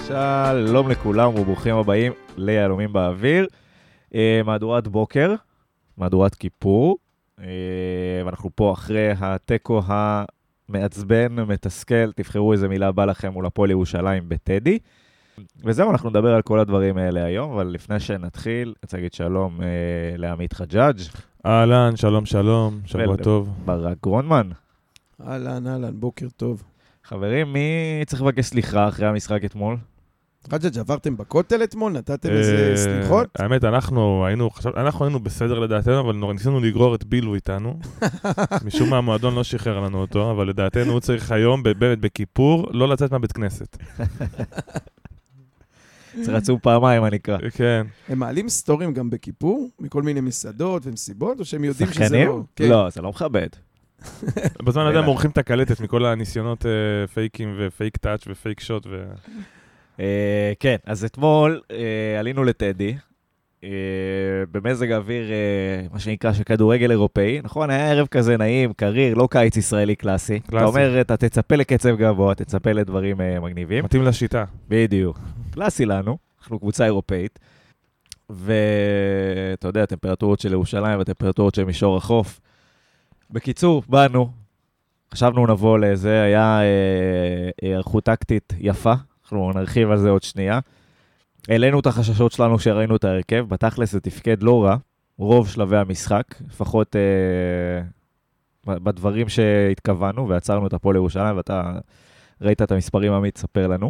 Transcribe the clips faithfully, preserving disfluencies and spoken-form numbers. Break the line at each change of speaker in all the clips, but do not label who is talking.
שלום לכולם וברוכים הבאים ליהלומים באוויר, מהדורת בוקר, מהדורת כיפור, ואנחנו פה אחרי הטקו המעצבן, מתסכל, תבחרו איזה מילה בא לכם מול הפועל ירושלים בטדי, וזהו, אנחנו נדבר על כל הדברים האלה היום, אבל לפני שנתחיל, אני רוצה להגיד שלום לעמית חג'אג'.
אהלן, שלום שלום, שבוע טוב.
ברק גרונמן.
אהלן, אהלן, בוקר טוב.
חברים, מי צריך לבקש סליחה אחרי המשחק אתמול?
חג'אג', עברתם בכותל אתמול? נתתם איזה סליחות?
האמת, אנחנו היינו, אנחנו היינו בסדר לדעתנו, אבל ניסינו לגרור את בילו איתנו. משום מה המועדון לא שחרר לנו אותו, אבל לדעתנו הוא צריך היום, באמת בכיפור, לא לצאת מהבית כנסת.
זה רצו פעמיים, אני אקרא.
כן.
הם מעלים סטורים גם בכיפור, מכל מיני מסעדות ומסיבות, או שהם יודעים שזה לא...
שחקנים? לא, זה לא מכבד.
בזמן הזה הם עורכים את הקלטת מכל הניסיונות פייקים ופייק טאץ' ופייק שוט ו...
כן, אז אתמול עלינו לטדי, במזג האוויר, מה שנקרא, שכדורגל אירופאי, נכון? היה ערב כזה נעים, קריר, לא קיץ ישראלי קלאסי. אתה אומר, אתה תצפה לקצב גבוה, תצפה לדברים מגניבים.
מתאים לשיטה.
בדיוק. קלאסי לנו, אנחנו קבוצה אירופאית, ואתה יודע, הטמפרטורות של ירושלים והטמפרטורות של מישור החוף. בקיצור, באנו, חשבנו נבוא לזה, היה ערכות טקטית יפה, אנחנו נרחיב על זה עוד שנייה. העלינו את החששות שלנו כשראינו את ההרכב, בתכלס זה תפקד לא רע, רוב שלבי המשחק, לפחות אה, בדברים שהתכוונו, ועצרנו את הפועל ירושלים, ואתה ראית את המספרים עמית, ספר לנו.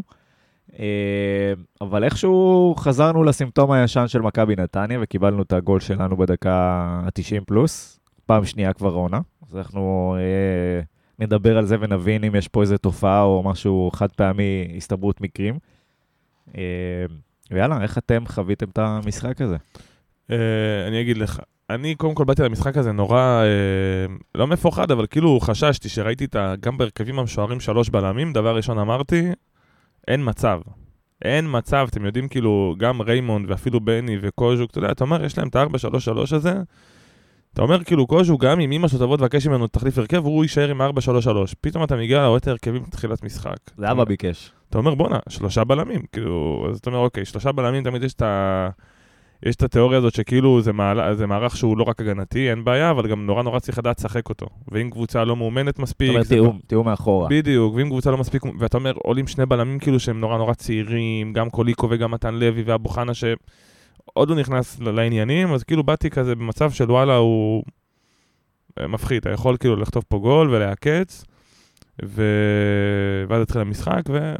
אה, אבל איכשהו חזרנו לסימפטום הישן של מכבי נתניה, וקיבלנו את הגול שלנו בדקה ה-תשעים פלוס, פעם שנייה כבר עונה, אז אנחנו אה, נדבר על זה ונבין אם יש פה איזו תופעה או משהו חד פעמי, הסתברות מקרים. אה, ויאללה, איך אתם חוויתם את המשחק הזה?
אני אגיד לך, אני קודם כל באתי למשחק הזה נורא, לא מפוחד, אבל כאילו חששתי שראיתי את גם בהרכבים המשוערים שלוש בלמים, דבר ראשון אמרתי, אין מצב. אין מצב, אתם יודעים כאילו, גם ריימונד ואפילו בני וקוז'וק, אתה יודע, אתה אומר, יש להם את ה-ארבע שלוש שלוש הזה, אתה אומר כאילו קוז'וק גם אם אמא שלו תבוא תבקש ממנו תחליף הרכב, הוא יישאר עם ארבע שלוש שלוש. פתאום אתה מגיע לראות את הרכבים בתחילת משחק.
זה אבא ביקש.
אתה אומר, בונה, שלושה בלמים, כאילו, אז אתה אומר, אוקיי, שלושה בלמים, תמיד יש את ה... יש את התיאוריה הזאת שכאילו זה, מעל... זה מערך שהוא לא רק הגנתי, אין בעיה, אבל גם נורא נורא צריך לדעת לשחק אותו. ואם קבוצה לא מאומנת מספיק...
זאת אומרת, תיאום, תיאום מאחורה.
בדיוק, ואם קבוצה לא מספיק, ואתה אומר, עולים שני בלמים כאילו שהם נורא נורא צעירים, גם קוליקו וגם מתן לוי ואבו חנה שעוד לא נכנס לעניינים, אז כאילו באתי כזה במצב של וואלה הוא מפחיד, אתה יכול כאילו לכתוב פה גול ולהקץ, ו... ואז התחיל המשחק,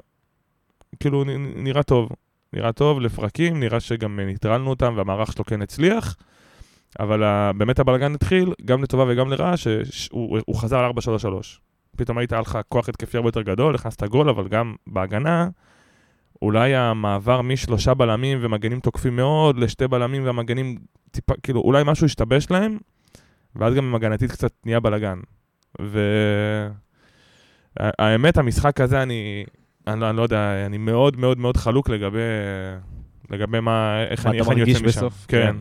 וכאילו נראה טוב. נראה טוב לפרקים, נראה שגם נטרלנו אותם, והמערך שלו כן הצליח, אבל באמת הבלגן התחיל, גם לטובה וגם לרעה, שהוא חזר על ארבע שלוש שלוש. פתאום היית לך כוח התקפי הרבה יותר גדול, הכנסת גול, אבל גם בהגנה, אולי המעבר משלושה בלמים ומגנים תוקפים מאוד, לשתי בלמים והמגנים, טיפה, כאילו, אולי משהו השתבש להם, ואז גם הגנתית קצת נהיה בלגן. והאמת, המשחק הזה אני... אני לא, אני לא יודע, אני מאוד מאוד מאוד חלוק לגבי, לגבי מה, איך אני, איך אני יוצא משם. כן.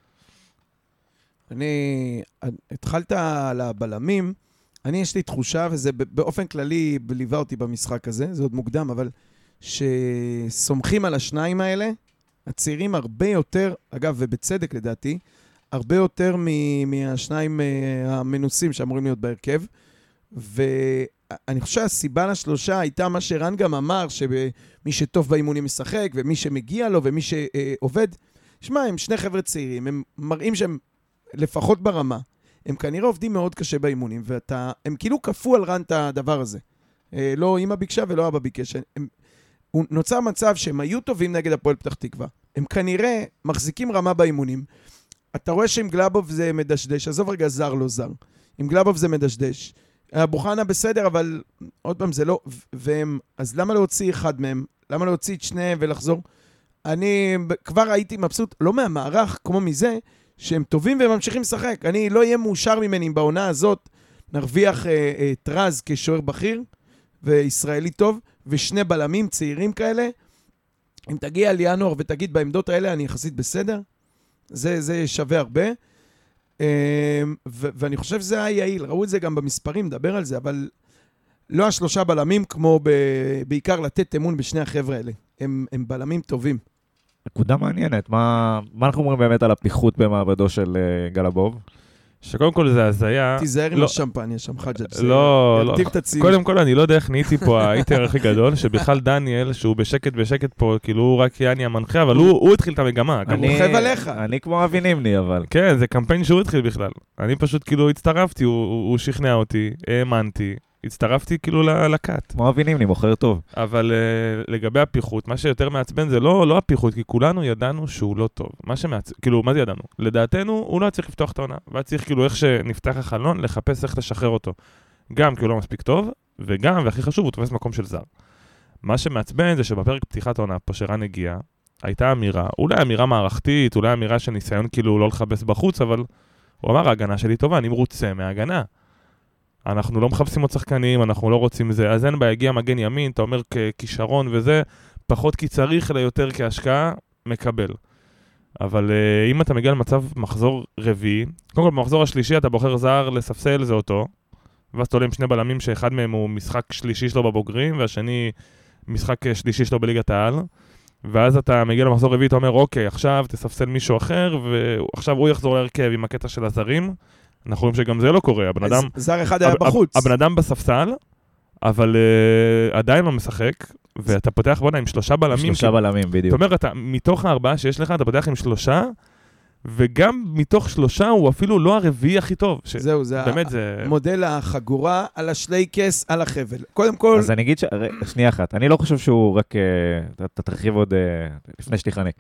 אני, התחלת על הבלמים, אני יש לי תחושה, וזה באופן כללי ליווה אותי במשחק הזה, זה עוד מוקדם, אבל שסומכים על השניים האלה, הצעירים הרבה יותר, אגב, ובצדק לדעתי, הרבה יותר מהשניים המנוסים שאמורים להיות בהרכב, ו... אני חושב שהסיבה לשלושה הייתה מה שרן גם אמר, שמי שטוב באימונים משחק, ומי שמגיע לו, ומי שעובד. שמע, הם שני חבר'ה צעירים, הם מראים שהם לפחות ברמה. הם כנראה עובדים מאוד קשה באימונים, והם כאילו כפו על רן את הדבר הזה. לא אמא ביקשה ולא אבא ביקש. הם, הוא נוצר מצב שהם היו טובים נגד הפועל פתח תקווה. הם כנראה מחזיקים רמה באימונים. אתה רואה שעם גלאבוב זה מדשדש, עזוב רגע זר לא זר. עם גלאבוב זה מדשדש. אבו חנה בסדר, אבל עוד פעם זה לא, והם, אז למה להוציא אחד מהם? למה להוציא את שניהם ולחזור? אני כבר הייתי מבסוט, לא מהמערך, כמו מזה, שהם טובים והם ממשיכים לשחק. אני לא אהיה מאושר ממני בעונה הזאת, נרוויח אה, אה, טרז כשוער בכיר, וישראלי טוב, ושני בלמים צעירים כאלה. אם תגיע לינואר ותגיד בעמדות האלה, אני יחסית בסדר, זה, זה שווה הרבה. ו- ואני חושב שזה היה יעיל, ראו את זה גם במספרים, דבר על זה, אבל לא השלושה בלמים, כמו ב... בעיקר לתת אמון בשני החבר'ה האלה. הם, הם בלמים טובים.
נקודה מעניינת. מה, מה אנחנו אומרים באמת על הפיחות במעבדו של uh, גלבוב?
שקודם כל זה הזיה.
תיזהר עם
לא,
השמפניה שם, חג'ג'.
לא, לא.
ירטיב את הציון.
קודם כל, אני לא יודע איך נהייתי פה האיטר הכי גדול, שבכלל דניאל, שהוא בשקט בשקט פה, כאילו הוא רק יעני המנחה, אבל הוא, הוא התחיל את המגמה.
אני רוכב עליך.
אני כמו אבי נימני, אבל.
כן, זה קמפיין שהוא התחיל בכלל. אני פשוט כאילו הצטרפתי, הוא, הוא, הוא שכנע אותי, האמנתי, הצטרפתי כאילו לקאט.
כמו אבי נימני, מוכר טוב.
אבל uh, לגבי הפיחות, מה שיותר מעצבן זה לא, לא הפיחות, כי כולנו ידענו שהוא לא טוב. מה שמעצ... כאילו, מה זה ידענו? לדעתנו, הוא לא צריך לפתוח את העונה. והיה צריך כאילו איך שנפתח החלון, לחפש איך לשחרר אותו. גם כי הוא לא מספיק טוב, וגם, והכי חשוב, הוא תופס מקום של זר. מה שמעצבן זה שבפרק פתיחת העונה, פה שרן הגיע, הייתה אמירה, אולי אמירה מערכתית, אולי אמירה של ניסיון כאילו לא לחפש בחוץ, אבל הוא אמר, ההגנה שלי טובה, אני מרוצה מההגנה. אנחנו לא מחפשים עוד שחקנים, אנחנו לא רוצים זה. אז אין בה, הגיע מגן ימין, אתה אומר ככישרון וזה, פחות כי צריך, אלא יותר כהשקעה, מקבל. אבל uh, אם אתה מגיע למצב מחזור רביעי, קודם כל במחזור השלישי אתה בוחר זר לספסל, זה אותו, ואז אתה עולה עם שני בלמים שאחד מהם הוא משחק שלישי שלו בבוגרים, והשני משחק שלישי שלו בליגת העל, ואז אתה מגיע למחזור רביעי, אתה אומר, אוקיי, עכשיו תספסל מישהו אחר, ועכשיו הוא יחזור להרכב עם הקטע של הזרים, אנחנו רואים שגם זה לא קורה, הבן אדם...
זר אחד היה בחוץ.
הבן אדם בספסל, אבל uh, עדיין לא משחק, ואתה פותח בונה עם שלושה בלמים.
שלושה בלמים, בדיוק.
זאת אומרת, מתוך הארבעה שיש לך, אתה פותח עם שלושה, וגם מתוך שלושה הוא אפילו לא הרביעי הכי טוב.
זהו, זה המודל החגורה על השלייקס, על החבל. קודם כל...
אז אני אגיד ש... שנייה אחת, אני לא חושב שהוא רק... אתה תרחיב עוד לפני שתיחנק.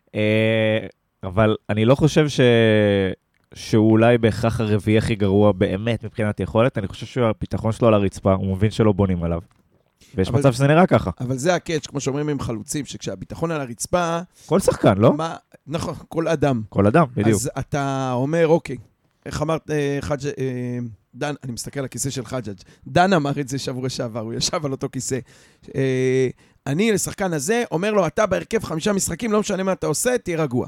אבל אני לא חושב ש... שהוא אולי בהכרח הרביעי הכי גרוע באמת מבחינת יכולת, אני חושב שהפיתחון שלו על הרצפה, הוא מבין שלא בונים עליו. ויש מצב שזה נראה ככה.
אבל זה הקאץ', כמו שאומרים עם חלוצים, שכשהביטחון על הרצפה...
כל שחקן, לא?
מה, נכון, כל אדם.
כל אדם, בדיוק.
אז אתה אומר, אוקיי, איך אמרת, חג' דן, אני מסתכל על הכיסא של חג'ג', דן אמר את זה שבוע שעבר, הוא ישב על אותו כיסא. אני לשחקן הזה, אומר לו, אתה בהרכב חמישה משחקים, לא משנה מה אתה עושה, תהיה רגוע.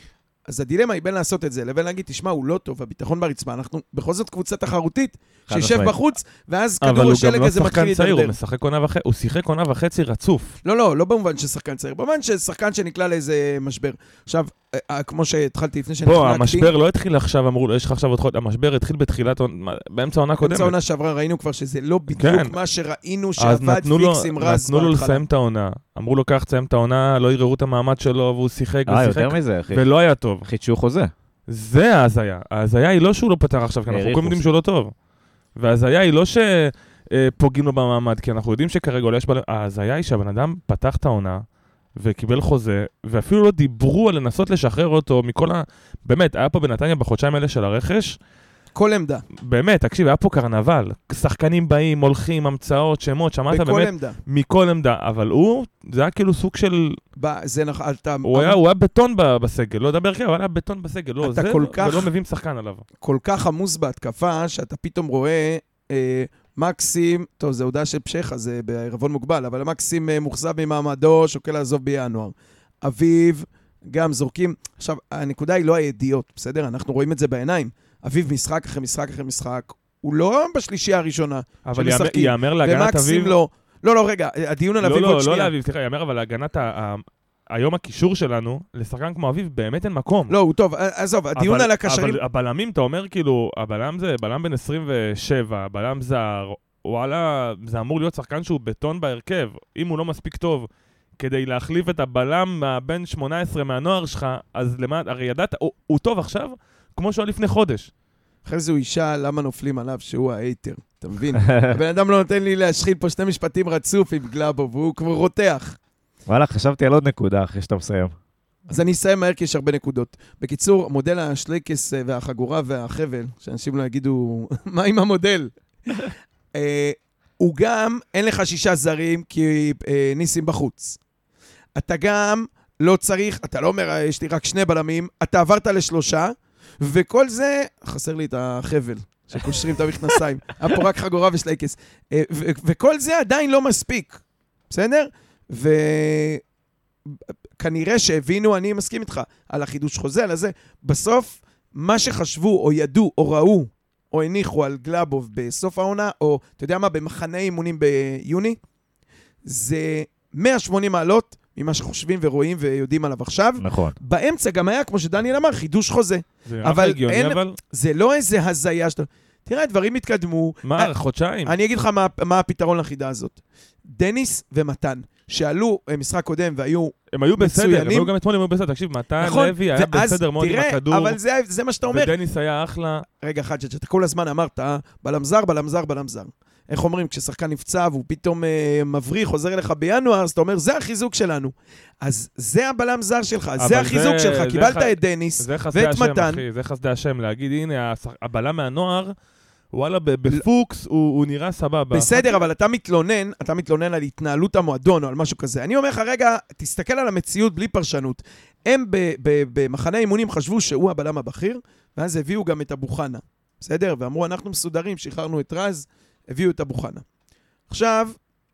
אז הדילמה היא בין לעשות את זה, לבין להגיד, תשמע, הוא לא טוב, הביטחון ברצפה, אנחנו בכל זאת קבוצה תחרותית, שישב בחוץ, ואז כדור השלג הזה מתחיל להתדרדר.
אבל הוא גם לא שחקן צעיר, הוא משחק עונה וחצי, הוא שיחק עונה וחצי רצוף.
לא, לא, לא במובן של שחקן צעיר, במובן של שחקן שנקלע לאיזה משבר. עכשיו, כמו שהתחלתי לפני שנחנקתי...
בוא, המשבר לא התחיל עכשיו, אמרו לו, יש לך עכשיו עוד חודש, המשבר התחיל בתחילת, באמצע העונה קודמת.
באמצע העונה שעברה ראינו כבר שזה לא בדיוק מה שראינו שעבד פיקס עם רז.
נתנו לו לסיים את העונה. אמרו לו, קח, תסיים את העונה, לא יראו את המעמד שלו, והוא שיחק ושיחק.
יותר מזה, אחי.
ולא היה טוב.
חידשו חוזה.
זה ההזיה. ההזיה היא לא שהוא לא פתח עכשיו, כי אנחנו קודם יודעים שהוא לא טוב. וההזיה היא לא שפוגעים לו במעמד, כי אנחנו יודעים שכרגע עולה יש בלם. ההזיה היא שהבן אדם פתח את העונה, וקיבל חוזה, ואפילו לא דיברו על לנסות לשחרר אותו מכל ה... באמת, היה פה בנתניה בחודשיים האלה של הרכש.
כל עמדה.
באמת, תקשיב, היה פה קרנבל. שחקנים באים, הולכים, המצאות, שמות, שמעת באמת?
בכל עמדה.
מכל עמדה. אבל הוא, זה היה כאילו סוג של...
זה נכון, אתה...
הוא היה, הוא היה בטון בסגל, לא דבר ככה, אבל היה בטון בסגל, לא זה,
כך,
ולא מביאים שחקן עליו.
כל כך עמוס בהתקפה, שאתה פתאום רואה... אה, מקסים, טוב, זה הודעה של פשחה, זה בערבון מוגבל, אבל מקסים מוחזב ממעמדו, שוקל לעזוב בינואר. אביב, גם זורקים. עכשיו, הנקודה היא לא הידיעות, בסדר? אנחנו רואים את זה בעיניים. אביב משחק אחרי משחק אחרי משחק, הוא לא בשלישייה הראשונה.
אבל יאמר להגנת אביב...
לא, לא, לא, רגע, הדיון על אביב עוד שנייה.
לא, לא לאביב, סליחה, יאמר, אבל להגנת ה... היום הקישור שלנו, לשחקן כמו אביב, באמת אין מקום.
לא, הוא טוב, עזוב, הדיון על הקשרים...
אבל הבלמים, אתה אומר כאילו, הבלם זה, בלם בן עשרים ושבע, בלם זר, וואלה, זה אמור להיות שחקן שהוא בטון בהרכב. אם הוא לא מספיק טוב כדי להחליף את הבלם מהבן שמונה עשרה מהנוער שלך, אז למה, הרי ידעת, הוא, הוא טוב עכשיו, כמו שהוא לפני חודש.
אחרי זה הוא ישאל למה נופלים עליו שהוא האייטר, אתה מבין? הבן אדם לא נותן לי להשחיל פה שני משפטים רצוף עם גלאבו, והוא כבר רותח.
וואלה, חשבתי על עוד נקודה אחרי שאתה מסיים.
אז אני אסיים מהר כי יש הרבה נקודות. בקיצור, מודל השלייקס והחגורה והחבל, שאנשים לא יגידו, מה עם המודל? הוא גם, אין לך שישה זרים כי ניסים בחוץ. אתה גם לא צריך, אתה לא אומר, יש לי רק שני בלמים, אתה עברת לשלושה, וכל זה, חסר לי את החבל, שקושרים את המכנסיים. היה פה רק חגורה ושלייקס. וכל זה עדיין לא מספיק. בסדר? וכנראה שהבינו, אני מסכים איתך, על החידוש חוזה, על הזה. בסוף, מה שחשבו, או ידעו, או ראו, או הניחו על גלאבוב בסוף העונה, או אתה יודע מה, במחנה אימונים ביוני, זה מאה ושמונים מעלות ממה שחושבים ורואים ויודעים עליו עכשיו.
נכון.
באמצע גם היה, כמו שדניאל אמר, חידוש חוזה.
זה נראה הגיוני, אין, אבל...
זה לא איזה הזיה שאתה... תראה, דברים התקדמו.
מה, חודשיים?
אני אגיד לך מה, מה הפתרון לחידה הזאת. דניס ומתן, שעלו משחק קודם והיו
הם היו
מצוינים.
בסדר, הם היו גם אתמול, הם היו בסדר. תקשיב, מתן
נכון,
לוי היה בסדר מאוד עם הכדור.
אבל זה, זה מה שאתה אומר.
ודניס היה אחלה.
רגע, אחד, שאתה כל הזמן אמרת, בלמזר, בלמזר, בלמזר. איך אומרים, כששחקן נפצע והוא פתאום אה, מבריך, חוזר אליך בינואר, אז אתה אומר, זה החיזוק שלנו. אז זה הבלם זר שלך, זה החיזוק זה, שלך. זה קיבלת ח... את דניס ואת
השם,
מתן.
אחי, זה חסדי השם, להגיד, הנה, הבלם מהנוער, וואלה, בפוקס הוא, הוא נראה סבבה.
בסדר, אבל אתה מתלונן, אתה מתלונן על התנהלות המועדון או על משהו כזה. אני אומר לך, רגע, תסתכל על המציאות בלי פרשנות. הם במחנה האימונים חשבו שהוא הבלם הבכיר, ואז הביאו גם את אבו חנה. בסדר? ואמרו, אנחנו מסודרים, שחררנו את רז, הביאו את אבו חנה. עכשיו,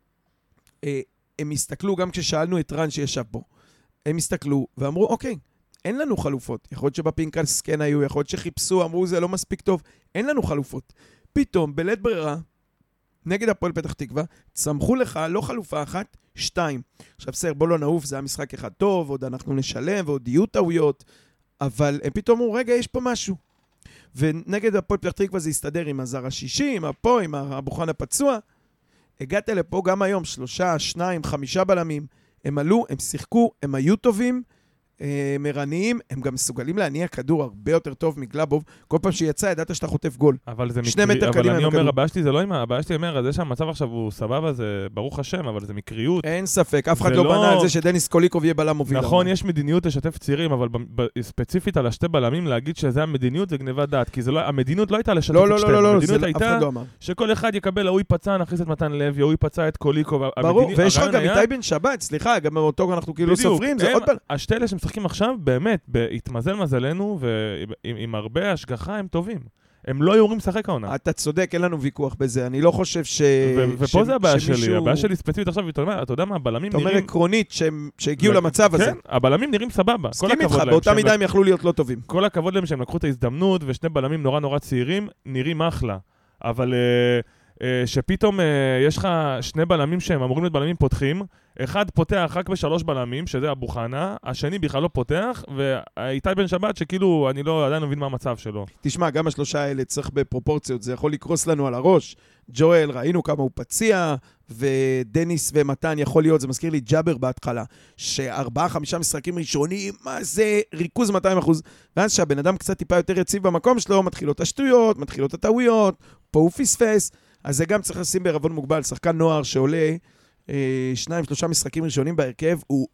הם הסתכלו, גם כששאלנו את רן שישב פה, הם הסתכלו ואמרו, אוקיי, אין לנו חלופות. יכול להיות שבפינקלס כן היו, יכול להיות שחיפשו, אמרו, זה לא מספיק טוב. אין לנו חלופות. פתאום, בלית ברירה, נגד הפועל פתח תקווה, צמחו לך לא חלופה אחת, שתיים. עכשיו, סר, בוא לא נעוף, זה היה משחק אחד טוב, עוד אנחנו נשלם, ועוד יהיו טעויות, אבל הם פתאום אמרו, רגע, יש פה משהו. ונגד הפועל פתח תקווה זה הסתדר עם הזר השישי, עם הפה, עם אבו חנה הפצוע. הגעת לפה גם היום, שלושה, שניים, חמישה בלמים. הם עלו, הם שיחקו, הם היו טובים, הם ערניים, הם גם מסוגלים להניע כדור הרבה יותר טוב מגלאבוב. כל פעם שיצא, ידעת שאתה חוטף גול.
אבל זה מקרי, אבל אני אומר, הבעיה שלי זה לא עם, הבעיה שלי אומר, זה שהמצב עכשיו הוא סבבה, זה ברוך השם, אבל זה מקריות.
אין ספק, אף אחד לא בנה על זה שדניס קוליקוב יהיה בלם מוביל.
נכון, יש מדיניות לשתף צעירים, אבל ספציפית על השתי בלמים, להגיד שזה המדיניות זה גניבת דעת, כי המדיניות לא הייתה לשתף את שתיהם. המדיניות הייתה שכל אחד יקבל, הוא ייפצע, נכניס את מתן לוי, הוא ייפצע את קוליקוב.
ברור, ויש לך גם איתי בן שבת, סליחה, גם אותו אנחנו כאילו סופרים, זה עוד
השתי אלה שמשחקים עכשיו, באמת, בהתמזל מזלנו, ועם הרבה השגחה הם טובים. הם לא יורים לשחק העונה.
אתה צודק, אין לנו ויכוח בזה. אני לא חושב ש...
ופה זה הבעיה שלי. הבעיה שלי ספציפית עכשיו, אתה יודע מה, הבלמים נראים...
אתה אומר עקרונית שהגיעו למצב הזה.
כן, הבלמים נראים סבבה.
מסכים איתך, באותה מידה הם יכלו להיות לא טובים.
כל הכבוד להם שהם לקחו את ההזדמנות, ושני בלמים נורא נורא צעירים, נראים אחלה. אבל שפתאום יש לך שני בלמים שהם אמורים להיות בלמים פותחים, אחד פותח רק בשלוש בלמים, שזה אבו חנה, השני בכלל לא פותח, ואיתי בן שבת שכאילו, אני לא, עדיין לא מבין מה המצב שלו.
תשמע, גם השלושה האלה צריך בפרופורציות, זה יכול לקרוס לנו על הראש. ג'ואל, ראינו כמה הוא פציע, ודניס ומתן יכול להיות, זה מזכיר לי ג'אבר בהתחלה, שארבעה, חמישה משחקים ראשונים, מה זה ריכוז מאתיים אחוז, ואז שהבן אדם קצת טיפה יותר יציב במקום שלו, מתחילות השטויות, מתחילות הטעויות, פה הוא פספס, אז זה גם צריך לשים בערבון מוגבל, שחקן נוער שעולה, שניים, שלושה משחקים ראשונים בהרכב, הוא,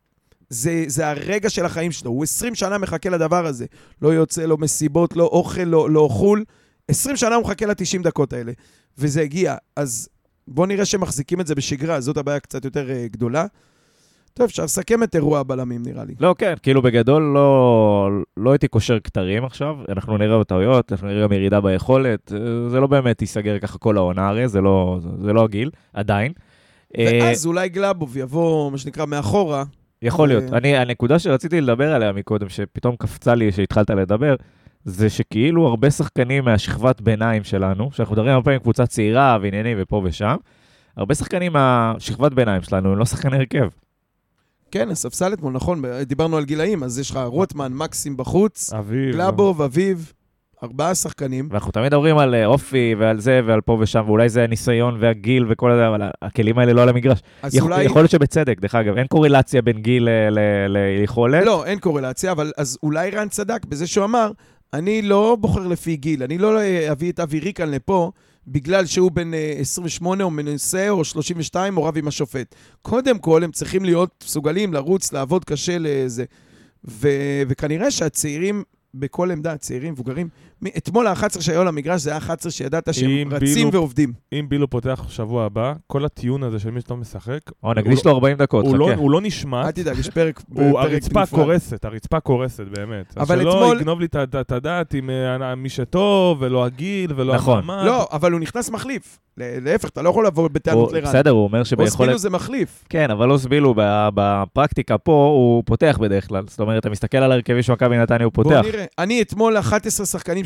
זה, זה הרגע של החיים שלו, הוא עשרים שנה מחכה לדבר הזה, לא יוצא לו מסיבות, לא אוכל, לא, לא אוכול, עשרים שנה הוא מחכה ל-תשעים דקות האלה, וזה הגיע, אז בוא נראה שמחזיקים את זה בשגרה, זאת הבעיה קצת יותר גדולה. טוב, אפשר לסכם את אירוע הבלמים נראה לי.
לא, כן, כאילו בגדול לא, לא הייתי קושר כתרים עכשיו, אנחנו נראה בטעויות, אנחנו נראה גם ירידה ביכולת, זה לא באמת ייסגר ככה כל העונה הרי, זה לא, זה לא הגיל, עדיין.
ואז אולי גלאבוב יבוא, מה שנקרא, מאחורה.
יכול להיות. אני, הנקודה שרציתי לדבר עליה מקודם, שפתאום קפצה לי שהתחלת לדבר, זה שכאילו הרבה שחקנים מהשכבת ביניים שלנו, שאנחנו מדברים הרבה פעמים קבוצה צעירה ועניינים ופה ושם, הרבה שחקנים מהשכבת ביניים שלנו הם לא שחקני הרכב.
כן, הספסל אתמול, נכון, דיברנו על גילאים, אז יש לך רוטמן, מקסים בחוץ,
אביב,
גלאבוב, אביב, ארבעה שחקנים.
ואנחנו תמיד מדברים על אופי ועל זה ועל פה ושם, ואולי זה הניסיון והגיל וכל הזה, אבל הכלים האלה לא על המגרש. יכול, אולי... יכול להיות שבצדק, דרך אגב, אין קורלציה בין גיל ליכולת.
לא, אין קורלציה, אבל אז אולי רן צדק בזה שהוא אמר, אני לא בוחר לפי גיל, אני לא אביא את אבי ריקן לפה, בגלל שהוא בן עשרים ושמונה או מנסה או שלושים ושתיים או רב עם השופט. קודם כל הם צריכים להיות מסוגלים לרוץ, לעבוד קשה לזה. ו- וכנראה שהצעירים בכל עמדה, צעירים, מבוגרים, אתמול ה-אחת עשרה שהיו למגרש, זה ה-אחת עשרה שידעת שהם רצים בילו, ועובדים.
אם בילו פותח שבוע הבא, כל הטיעון הזה של מי שאתה משחק,
או נקדיש לו ארבעים דקות,
הוא, לא, הוא לא נשמט.
אל תדאג, יש פרק,
הוא,
פרק
הרצפה
נפרד.
קורסת, הרצפה קורסת באמת.
אבל
שלא
אתמול...
יגנוב לי את הדעת עם מי שטוב, ולא הגיל, ולא
נכון.
המעמד.
לא, אבל הוא נכנס מחליף. להפך, אתה לא יכול לבוא בטענות לרן.
בסדר, הוא אומר שביכולת...
אוסבילו זה מחליף.
כן, אבל אוסבילו בפרקטיקה פה הוא פותח בדרך כלל. זאת אומרת, אתה מסתכל על הרכבי של מכבי נתניה, הוא פותח.
בוא נראה. אני אתמול אחת עשרה שחקנים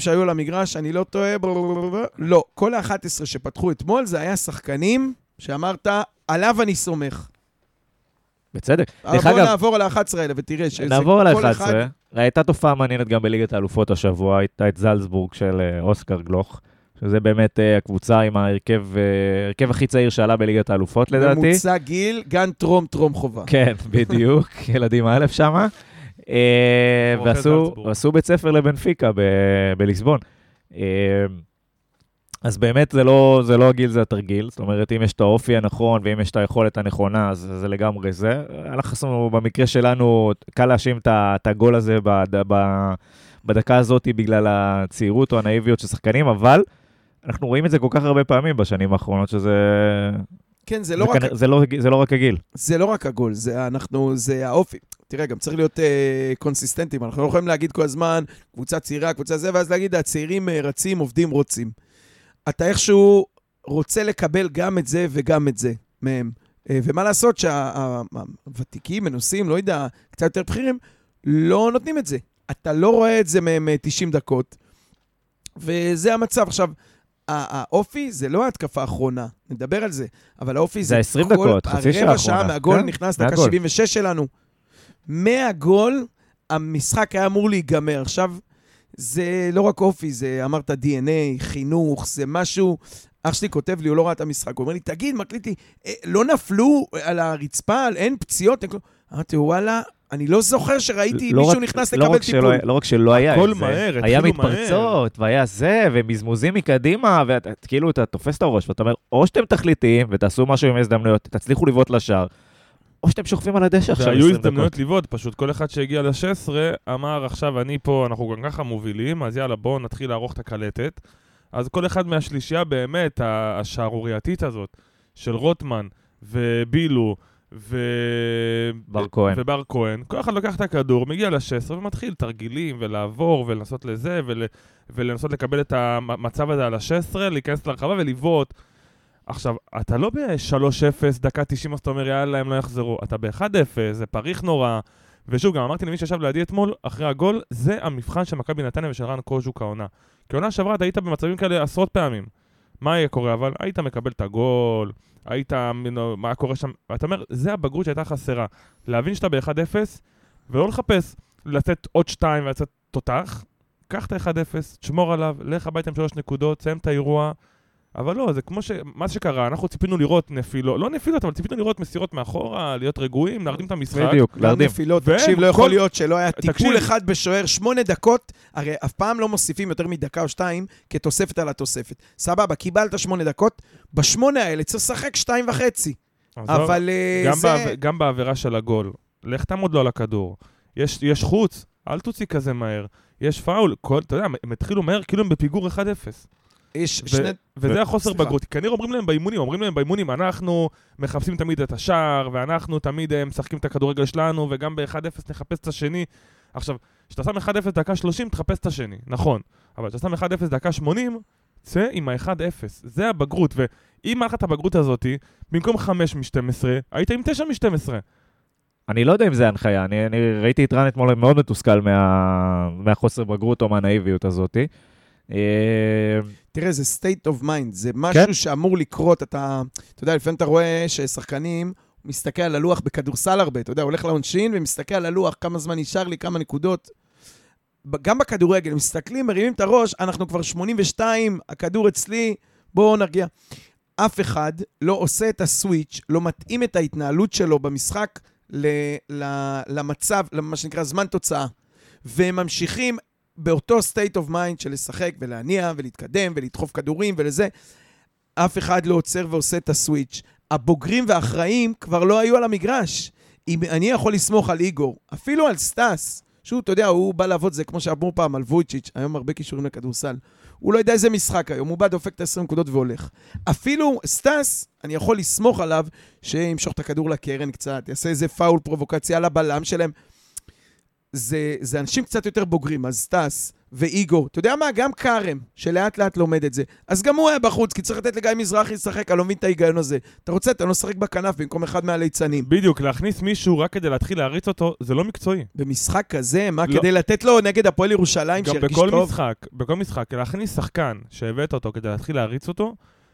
שהיו למגרש, אני לא טועה, לא, כל ה-אחת עשרה שפתחו אתמול, זה היה שחקנים שאמרת, עליו אני סומך.
בצדק.
בוא נעבור על ה-אחת עשרה האלה ותראה שזה...
נעבור על ה-אחת עשרה. הייתה תופעה מעניינת גם בליגת האלופות השבוע, הייתה את זלצבורג של אוסקר גלוך, שזה באמת הקבוצה עם ההרכב הכי צעיר שעלה בליגת האלופות לדעתי.
ממוצע גיל, גם טרום טרום חובה.
כן, בדיוק, ילדים א' שמה. ועשו בית ספר לבנפיקה בליסבון. אז באמת זה לא, זה לא הגיל, זה התרגיל. זאת אומרת, אם יש את האופי הנכון, ואם יש את היכולת הנכונה, אז זה לגמרי זה. אנחנו, במקרה שלנו, קל להאשים את הגול הזה בדקה הזאת בגלל הצעירות או הנאיביות של שחקנים, אבל אנחנו רואים את זה כל כך הרבה פעמים בשנים האחרונות, שזה...
כן, זה לא רק...
זה לא, זה לא רק הגיל.
זה לא רק הגול, זה אנחנו, זה האופי. תראה, גם צריך להיות uh, קונסיסטנטים. אנחנו לא יכולים להגיד כל הזמן, קבוצה צעירה, קבוצה זה, ואז להגיד, הצעירים רצים, עובדים, רוצים. אתה איכשהו רוצה לקבל גם את זה וגם את זה מהם. ומה לעשות שהוותיקים, מנוסים, לא יודע, קצת יותר בכירים, לא נותנים את זה. אתה לא רואה את זה מהם תשעים דקות, וזה המצב. עכשיו, האופי זה לא ההתקפה האחרונה, נדבר על זה, אבל האופי זה...
זה עשרים דקות, חצי שעה האחרונה.
הרבע שעה מהגול נכנס דקה שבעים ושש שלנו. מהגול, המשחק היה אמור להיגמר. עכשיו, זה לא רק אופי, זה אמרת די אן איי, חינוך, זה משהו... אח שלי כותב לי, הוא לא ראה את המשחק, הוא אומר לי, תגיד, מקליטי, לא נפלו על הרצפה, אין פציעות? אמרתי, וואלה, אני לא זוכר שראיתי מישהו נכנס לקבל טיפול.
לא רק שלא היה
הכל מהר,
היה מתפרצות, והיה זה, ומזמוזים מקדימה, וכאילו אתה תופס את הראש, ואתה אומר, או שאתם תכליתיים, ותעשו משהו עם הזדמנויות, תצליחו לבעוט לשער, או שאתם שוכבים על הדשא עכשיו.
והיו הזדמנויות לבעוט, פשוט כל אחד שהגיע ל-שש עשרה, אמר, עכשיו אני פה, אנחנו גם ככה מובילים, אז יאללה, בואו נתחיל לערוך את הקלטת. אז כל אחד מהשלישייה באמת, השערורייתית הזאת, של רוטמן ובילו ו...
בר כהן.
ובר כהן, כל אחד לוקח את הכדור, מגיע ל-שש עשרה ומתחיל תרגילים ולעבור ולנסות לזה ול... ולנסות לקבל את המצב הזה על ה-שש עשרה, להיכנס לרחבה ולבעוט. עכשיו, אתה לא ב-שלוש אפס, דקה תשעים, אז אתה אומר, יאללה, הם לא יחזרו. אתה ב-אחד אפס, זה פריך נורא. ושוב, גם אמרתי למי שישב לידי אתמול, אחרי הגול, זה המבחן של מכבי נתניה ושל רן קוז'וק העונה. כי עונה שעברה, אתה היית במצבים כאלה עשרות פעמים. מה היה קורה? אבל היית מקבל את הגול, היית, מה קורה שם? ואתה אומר, זה הבגרות שהייתה חסרה. להבין שאתה ב-אחד אפס, ולא לחפש לתת עוד שתיים ולצאת תותח. קח את ה-אחד אפס, תשמור עליו, לך הביתה עם שלוש נקודות, סיים את האירוע. אבל לא, זה כמו ש... מה שקרה, אנחנו ציפינו לראות נפילות, לא נפילות, אבל ציפינו לראות מסירות מאחורה, להיות רגועים, להרדים את המשחק.
בדיוק, להרדים.
נפילות, תקשיב, לא יכול להיות שלא היה טיפול אחד בשוער, שמונה דקות, הרי אף פעם לא מוסיפים יותר מדקה או שתיים, כתוספת על התוספת. סבבה, קיבלת שמונה דקות, בשמונה האלה צריך לשחק שתיים וחצי. אבל זה...
גם בעבירה של הגול, לך תעמוד לו על הכדור. יש חוץ, אל תוציא כזה מהר. יש פאול, אתה יודע, הם התחילו מהר, כאילו הם בפיגור אחד אפס. וזה החוסר בגרות. כנראה אומרים להם באימונים, אומרים להם באימונים, אנחנו מחפשים תמיד את השער, ואנחנו תמיד משחקים את הכדורגל שלנו, וגם ב-אחד אפס נחפש את השני. עכשיו, כשאתה שם אחד אפס דקה שלושים, תחפש את השני, נכון. אבל כשאתה שם אחד אפס דקה שמונים, צא עם ה-אחד אפס. זה הבגרות, ואם הלכת הבגרות הזאת, במקום חמש משתים עשרה, היית עם תשע משתים עשרה.
אני לא יודע אם זה הנחיה, אני, אני ראיתי את רן אתמול מאוד מתוסכל מה, מהחוסר בגרות או מהנאיביות הזאת.
תראה, זה state of mind, זה משהו שאמור לקרות, אתה, אתה יודע, לפעמים אתה רואה ששחקנים מסתכל על הלוח בכדורסל הרבה, אתה יודע, הולך לעונשין ומסתכל על הלוח, כמה זמן נשאר לי, כמה נקודות. גם בכדורגל, מסתכלים, מרימים את הראש, אנחנו כבר שמונים ושתיים, הכדור אצלי, בואו נרגיע. אף אחד לא עושה את הסוויץ', לא מתאים את ההתנהלות שלו במשחק למצב, למה שנקרא זמן תוצאה. והם ממשיכים באותו state of mind של לשחק ולהניע ולהתקדם ולדחוף כדורים ולזה, אף אחד לא עוצר ועושה את הסוויץ'. הבוגרים והאחראים כבר לא היו על המגרש. אם אני יכול לסמוך על איגור, אפילו על סטאס, שהוא, אתה יודע, הוא בא לעבוד, זה כמו שאמרו פעם על וויצ'יץ', היום הרבה קישורים לכדורסל. הוא לא יודע איזה משחק היום, הוא בא דופק את עשרים נקודות והולך. אפילו סטאס, אני יכול לסמוך עליו שימשוך את הכדור לקרן קצת, יעשה איזה פאול פרובוקציה על הבלם שלהם. זה, זה אנשים קצת יותר בוגרים, אז סטאס ואיגור. אתה יודע מה? גם קרם, שלאט לאט לומד את זה. אז גם הוא היה בחוץ, כי צריך לתת לגיא מזרחי לשחק, אני לא מבין את ההיגיון הזה. אתה רוצה, אתה לא שחק בכנף במקום אחד מהליצנים.
בדיוק, להכניס מישהו רק כדי להתחיל להריץ אותו, זה לא מקצועי.
במשחק כזה, מה
לא.
כדי לתת לו נגד הפועל ירושלים
גם
שירגיש
בכל
טוב?
משחק, בכל משחק, להכניס שחקן שהבאת אותו כדי להתחיל להריץ אותו,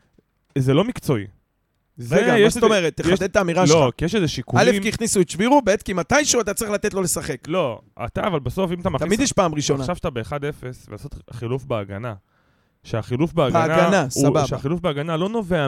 זה לא מקצועי.
רגע, מה זאת אומרת? תחדד את האמירה שלך.
לא, כי יש איזה שיקולים...
א', כי הכניסו את שבירו, ב', כי מתישהו אתה צריך לתת לו לשחק.
לא, אתה, אבל בסוף, אם אתה מכניס...
תמיד יש פעם ראשונה.
עכשיו שאתה ב-אחד אפס, ולעשות חילוף בהגנה. שהחילוף בהגנה...
בהגנה, סבבה.
שהחילוף בהגנה לא נובע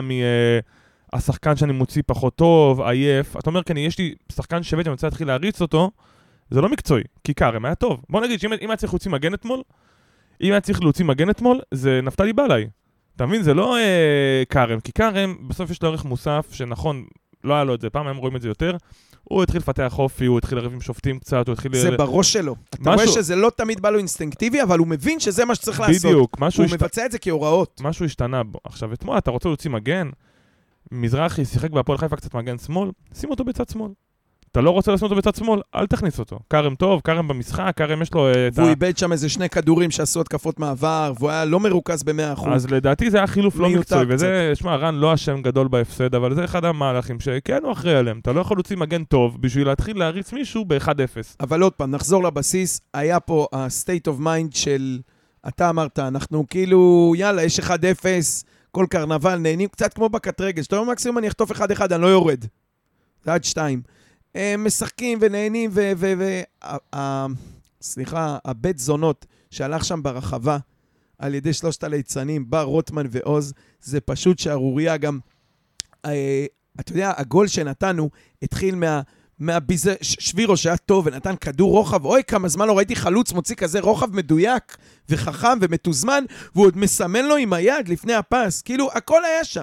מהשחקן שאני מוציא פחות טוב, עייף. אתה אומר, כן, יש לי שחקן שבט, אני רוצה להתחיל להריץ אותו, זה לא מקצועי, כי קרם היה טוב. בוא נגיד שאם היה צריך להוציא מגן אתמול, אם היה צריך להוציא מגן אתמול, זה נפתלי בלעי. אתה מבין? זה לא אה, קרם, כי קרם בסוף יש לו ערך מוסף, שנכון, לא היה לו את זה, פעם הם רואים את זה יותר, הוא התחיל לפתח חופי, הוא התחיל לריב עם שופטים קצת, הוא התחיל...
זה בראש שלו. אתה
משהו...
רואה שזה לא תמיד בא לו אינסטינקטיבי, אבל הוא מבין שזה מה שצריך לעשות.
בדיוק, משהו...
הוא
השת...
מבצע את זה כהוראות.
משהו השתנה בו. עכשיו, אתמול אתה רוצה להוציא מגן, מזרחי שיחק בהפועל חיפה קצת מגן שמאל, שים אותו בצד שמאל. אתה לא רוצה לשים אותו בצד שמאל, אל תכניס אותו. קרם טוב, קרם במשחק, קרם יש לו...
והוא איבד שם איזה שני כדורים שעשו התקפות מעבר, והוא היה לא מרוכז ב-מאה אחוז.
אז לדעתי זה היה חילוף לא מקצועי, וזה, שמע, רן לא אשם גדול בהפסד, אבל זה אחד המהלכים שכן הוא אחראי עליהם. אתה לא יכול להוציא מגן טוב בשביל להתחיל להריץ מישהו ב-אחד אפס.
אבל עוד פעם, נחזור לבסיס, היה פה ה-state of mind של, אתה אמרת, אנחנו כאילו, יאללה, יש אחד אפס, כל קרנבל, נהנים קצת כמו בקט רגל, שאתה אומר מקסימום אני אחטוף אחד אחד, אני לא יורד. זה עד שתיים. הם משחקים ונהנים ו... ו, ו ה, סליחה, הבית זונות שהלך שם ברחבה על ידי שלושת הליצנים, בר, רוטמן ועוז, זה פשוט שערוריה גם, אה, אתה יודע, הגול שנתנו התחיל מה... מהביזה, שבירו שהיה טוב ונתן כדור רוחב, אוי כמה זמן לא ראיתי חלוץ מוציא כזה רוחב מדויק וחכם ומתוזמן, והוא עוד מסמן לו עם היד לפני הפס, כאילו הכל היה שם.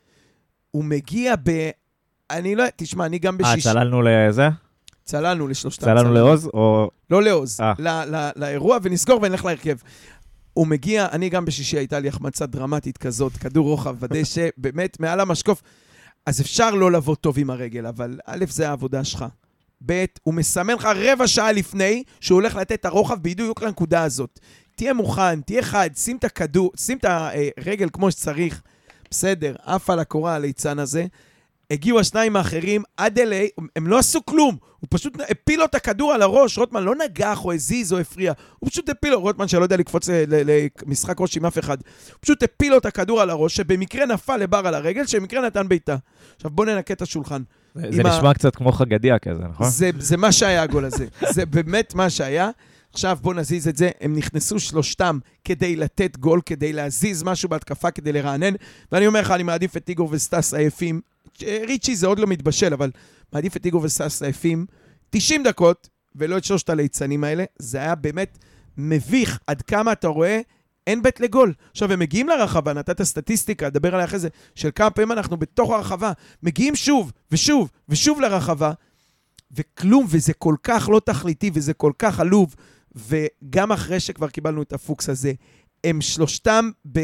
הוא מגיע ב... אני לא... תשמע, אני גם בשיש...
אה, צללנו לזה?
צללנו לשלושתם.
צללנו לעוז או...
לא לעוז, לאירוע ונסגור ונלך להרכב. הוא מגיע, אני גם בשישי הייתה לי החמצה דרמטית כזאת, כדור רוחב בדשא, באמת מעל המשקוף. אז אפשר לא לבוא טוב עם הרגל, אבל א' זה העבודה שלך. ב' הוא מסמן לך רבע שעה לפני שהוא הולך לתת את הרוחב בדיוק לנקודה הזאת. תהיה מוכן, תהיה חד, שים את הכדור, שים את הרגל כמו שצריך. בסדר, אף על הקורה הליצן הזה. הגיעו השניים האחרים, עד אליי, הם לא עשו כלום. הוא פשוט הפיל לו את הכדור על הראש, רוטמן לא נגח או הזיז או הפריע. הוא פשוט הפיל לו, רוטמן שלא יודע לקפוץ למשחק ראש עם אף אחד. הוא פשוט הפיל לו את הכדור על הראש, שבמקרה נפל לבר על הרגל, שבמקרה נתן ביתה. עכשיו בוא ננקה את השולחן.
זה נשמע ה... קצת כמו חגדיה כזה, נכון?
זה, זה מה שהיה הגול הזה. זה באמת מה שהיה. עכשיו בוא נזיז את זה. הם נכנסו שלושתם כדי לתת גול, כדי להזיז משהו בהתקפה, כדי לרענן. ואני אומר לך, אני מעדיף את איגור וסטס עייפים. ריצ'י זה עוד לא מתבשל, אבל מעדיף את איגור וסטס עייפים. תשעים דקות, ולא את שלושת הליצנים האלה. זה היה באמת מביך עד כמה אתה רואה, אין בית לגול. עכשיו, הם מגיעים לרחבה, נתת סטטיסטיקה, דבר עליה אחרי זה, של כמה פעמים אנחנו בתוך הרחבה, מגיעים שוב ושוב ושוב לרחבה, וכלום, וזה כל כך לא תכליתי, וזה כל כך עלוב, וגם אחרי שכבר קיבלנו את הפוקס הזה, הם שלושתם ב...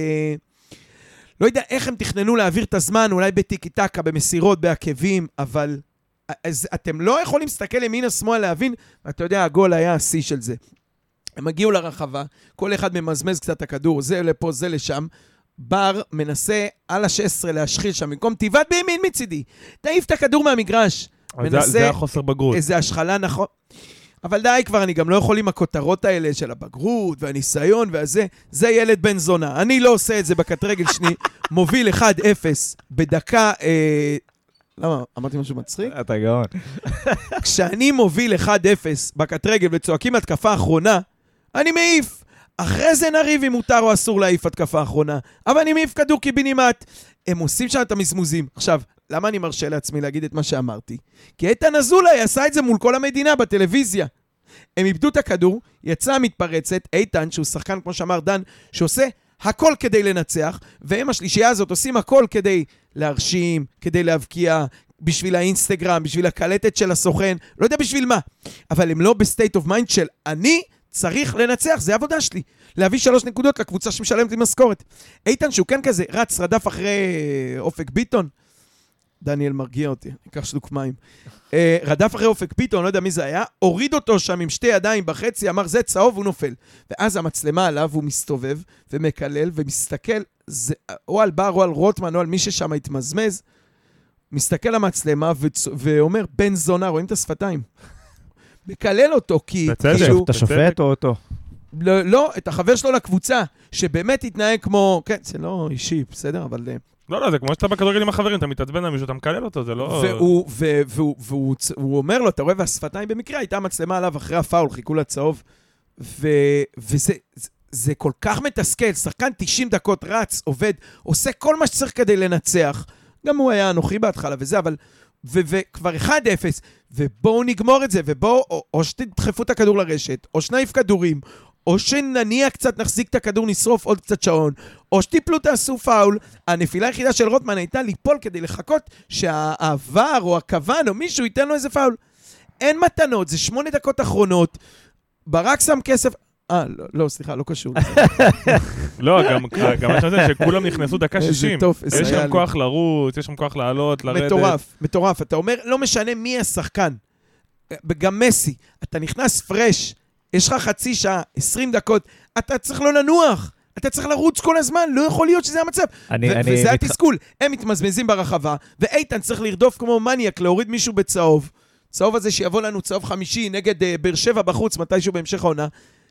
לא יודע איך הם תכננו להעביר את הזמן, אולי בטיקי-טקה, במסירות, בעקבים, אבל אז אתם לא יכולים להסתכל ימין השמאל להבין, ואתה יודע, הגול היה השיא של זה. הם הגיעו לרחבה, כל אחד ממזמז קצת הכדור, זה לפה, זה לשם, בר מנסה על ה-שש עשרה להשחיל שם, במקום טבעת בימין מצידי, תעיף את הכדור מהמגרש.
מנסה, זה היה חוסר בגרות.
איזה השחלה נכון. אבל די כבר, אני גם לא יכול עם הכותרות האלה של הבגרות והניסיון והזה, זה ילד בן זונה. אני לא עושה את זה בקט רגל שני, מוביל אחד אפס בדקה... אה, למה? אמרתי משהו מצחיק?
אתה גאון.
כשאני מוביל אחד אפס בקט רגל וצועקים התקפה האחרונה, אני מעיף. אחרי זה נריב אם מותר או אסור להעיף התקפה האחרונה. אבל אני מעיף כדור קיבינימט. הם עושים שם את המזמוזים. עכשיו, למה אני מרשה לעצמי להגיד את מה שאמרתי? כי איתן אזולאי עשה את זה מול כל המדינה בטלוויזיה. הם איבדו את הכדור, יצאה מתפרצת, איתן, שהוא שחקן כמו שאמר דן, שעושה הכל כדי לנצח, והם השלישייה הזאת עושים הכל כדי להרשים, כדי להבקיע, בשביל האינסטגרם, בשביל הקלטת של הסוכן, לא יודע בשביל מה. אבל הם לא בסטייט אוף מיינד של אני צריך לנצח, זה עבודה שלי. להביא שלוש נקודות לקבוצה שמשלמת לי משכורת. איתן שהוא כן כזה, רץ, רדף אחרי אופק ביטון, דניאל מרגיע אותי, ניקח שלוק מים. רדף אחרי אופק פיתון, לא יודע מי זה היה, הוריד אותו שם עם שתי ידיים בחצי, אמר זה צהוב, הוא נופל. ואז המצלמה עליו, הוא מסתובב ומקלל ומסתכל, או על בר או על רוטמן או על מי ששם התמזמז, מסתכל למצלמה ואומר, בן זונה, רואים את השפתיים. מקלל אותו, כי...
אתה שופט או אותו?
לא, לא, את החבר שלו לקבוצה, שבאמת התנהג כמו... כן, זה לא אישי, בסדר, אבל...
לא, לא, זה כמו שאתה בכדורגל עם החברים, אתה מתעצבן על מישהו, אתה מקלל אותו, זה לא...
והוא, והוא, והוא, והוא אומר לו, אתה רואה, והשפתיים במקרה, הייתה מצלמה עליו אחרי הפאול, חיכו לצהוב, וזה זה כל כך מתסכל, שחקן תשעים דקות רץ, עובד, עושה כל מה שצריך כדי לנצח, גם הוא היה אנוכי בהתחלה וזה, אבל... וכבר אחד אפס, ובואו נגמור את זה, ובואו, או, או שתדחפו את הכדור לרשת, או שנעיף כדורים, או שנניע קצת, נחזיק את הכדור, נשרוף עוד קצת שעון, או שתיפלו תעשו פאול. הנפילה היחידה של רוטמן הייתה ליפול כדי לחכות שהעבר או הכוון או מישהו ייתן לו איזה פאול. אין מתנות, זה שמונה דקות אחרונות, ברק שם כסף... אה, לא, לא, סליחה, לא קשור.
לא, גם מה שזה שכולם נכנסו דקה שישים. יש שם כוח לרוץ, יש שם כוח לעלות, לרדת.
מטורף, מטורף. אתה אומר, לא משנה מי השחקן. גם מסי, אתה נכנס פרש, יש לך חצי שעה, עשרים דקות, אתה צריך לא לנוח. אתה צריך לרוץ כל הזמן, לא יכול להיות שזה המצב. וזה התסכול. הם מתמזמזים ברחבה, ואיתן צריך לרדוף כמו מניאק, להוריד מישהו בצהוב. צהוב הזה שיבוא לנו צהוב חמישי נגד באר שבע בחוץ, מתישהו בהמשך העונה.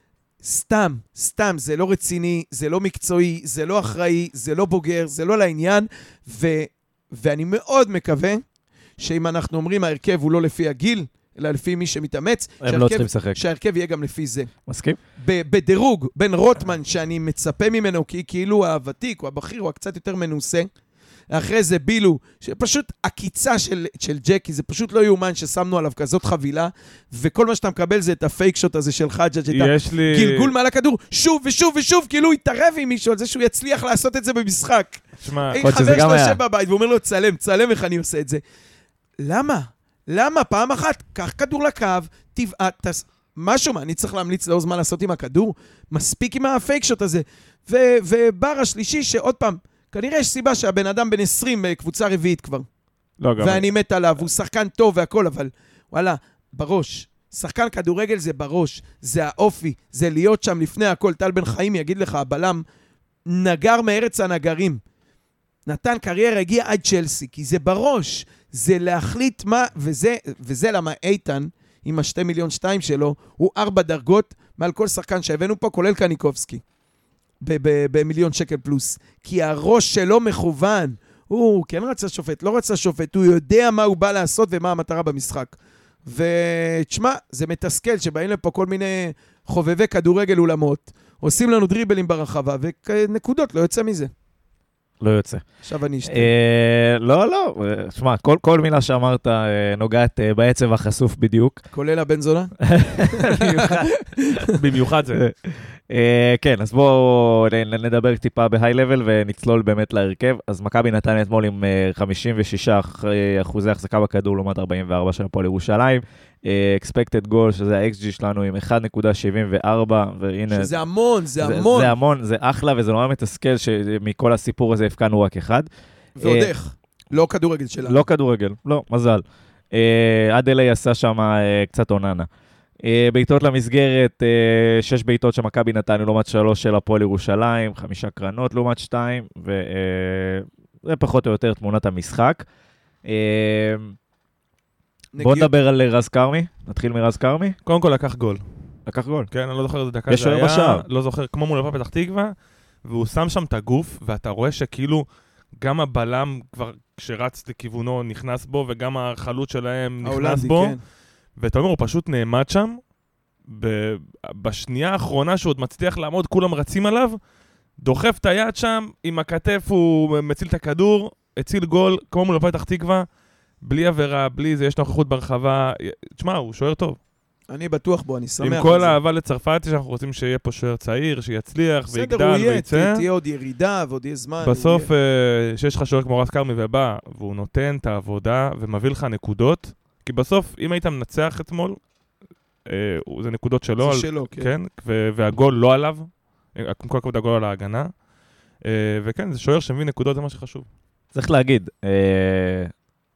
סתם, סתם, זה לא רציני, זה לא מקצועי, זה לא אחראי, זה לא בוגר, זה לא לעניין, ו, ואני מאוד מקווה שאם אנחנו אומרים ההרכב הוא לא לפי הגיל, אלא לפי מי שמתאמץ,
הם לא צריכים לשחק.
שההרכב יהיה גם לפי זה.
מסכים?
בדירוג בין רוטמן, שאני מצפה ממנו, כי כאילו הוותיק, או הבכיר, או הקצת יותר מנוסה, אחרי זה בילו, שפשוט הקיצה של, של ג'קי, זה פשוט לא יאומן ששמנו עליו כזאת חבילה, וכל מה שאתה מקבל זה את הפייק שוט הזה של חג'ג', את הגלגול מעל הכדור, שוב ושוב ושוב, כאילו הוא יתערב עם מישהו על זה שהוא יצליח לעשות את זה במשחק.
שמה,
חבר שלו יושב בבית ואומר לו, צלם, צלם איך אני עושה את זה. למה? למה? פעם אחת, קח כדור לקו, תבעה, תס... משהו מה, אני צריך להמליץ לאור זמן לעשות עם הכדור, מספיק עם הפייק שוט הזה. ו... ובר השלישי שעוד פעם, כנראה יש סיבה שהבן אדם בן עשרים בקבוצה רביעית כבר.
לא, גם...
ואני מת עליו, הוא שחקן טוב והכל, אבל וואלה, בראש. שחקן כדורגל זה בראש, זה האופי, זה להיות שם לפני הכל. טל בן חיים יגיד לך, הבלם נגר מארץ הנגרים. נתן קריירה, הגיע עד צ'לסי, כי זה בראש. זה להחליט מה, וזה, וזה למה איתן, עם השתי מיליון שתיים שלו, הוא ארבע דרגות מעל כל שחקן שהבאנו פה, כולל קניקובסקי. במיליון שקל פלוס, כי הראש שלו מכוון, הוא כן רצה שופט, לא רצה שופט, הוא יודע מה הוא בא לעשות ומה המטרה במשחק. ותשמע, זה מתסכל שבאים לפה כל מיני חובבי כדורגל אולמות, עושים לנו דריבלים ברחבה, ונקודות, לא יוצא מזה.
לא יוצא.
עכשיו אני אשתה.
לא, לא, שמע, כל מילה שאמרת נוגעת בעצב החשוף בדיוק.
כולל הבן זונה?
במיוחד זה.
כן, אז בואו נדבר טיפה בהיי לבל ונצלול באמת להרכב. אז מכבי נתן אתמול עם חמישים ושישה אחוזי החזקה בכדור לעומת ארבעים וארבע של הפועל ירושלים. expected goal, שזה ה-אקס ג'י שלנו עם אחת נקודה שבעים וארבע, והנה...
שזה המון, זה המון.
זה המון, זה אחלה, וזה נורא מתסכל שמכל הסיפור הזה הפקענו רק אחד.
ועוד איך? לא כדורגל שלנו.
לא כדורגל, לא, מזל. עד אלי עשה שם קצת עוננה. בעיטות למסגרת, שש בעיטות שמכבי נתן לעומת שלוש של הפועל ירושלים, חמישה קרנות לעומת שתיים, וזה פחות או יותר תמונת המשחק. בוא נדבר על רז קרמי, נתחיל מרז קרמי.
קודם כל לקח גול.
לקח גול.
כן, אני לא זוכר איזה דקה זה היה. יש בשער. לא זוכר, כמו מול הפועל פתח תקווה, והוא שם שם את הגוף, ואתה רואה שכאילו גם הבלם כבר כשרץ לכיוונו נכנס בו, וגם החלוץ שלהם נכנס בו. כן. ואתה אומר, הוא פשוט נעמד שם, ב- בשנייה האחרונה שהוא עוד מצליח לעמוד, כולם רצים עליו, דוחף את היד שם, עם הכתף הוא מציל את הכדור, הציל גול, כמו מול הפועל פתח תקווה, בלי עבירה, בלי זה, יש נוכחות ברחבה. תשמע, הוא שוער טוב.
אני בטוח בו, אני שמח.
עם כל האהבה לצרפת, שאנחנו רוצים שיהיה פה שוער צעיר, שיצליח ויגדל ויצא.
בסדר, הוא יהיה, תהיה עוד ירידה ועוד יהיה זמן.
בסוף, שיש לך שוער כמו רז קרמי ובא, והוא נותן את העבודה ומביא לך נקודות, כי בסוף, אם היית מנצח אתמול, זה נקודות שלו.
זה שלו, כן.
והגול לא עליו, כמו כל הכבוד הגול על ההגנה. וכן, זה שוער שמביא נקודות, זה מה שחשוב.
צריך להגיד,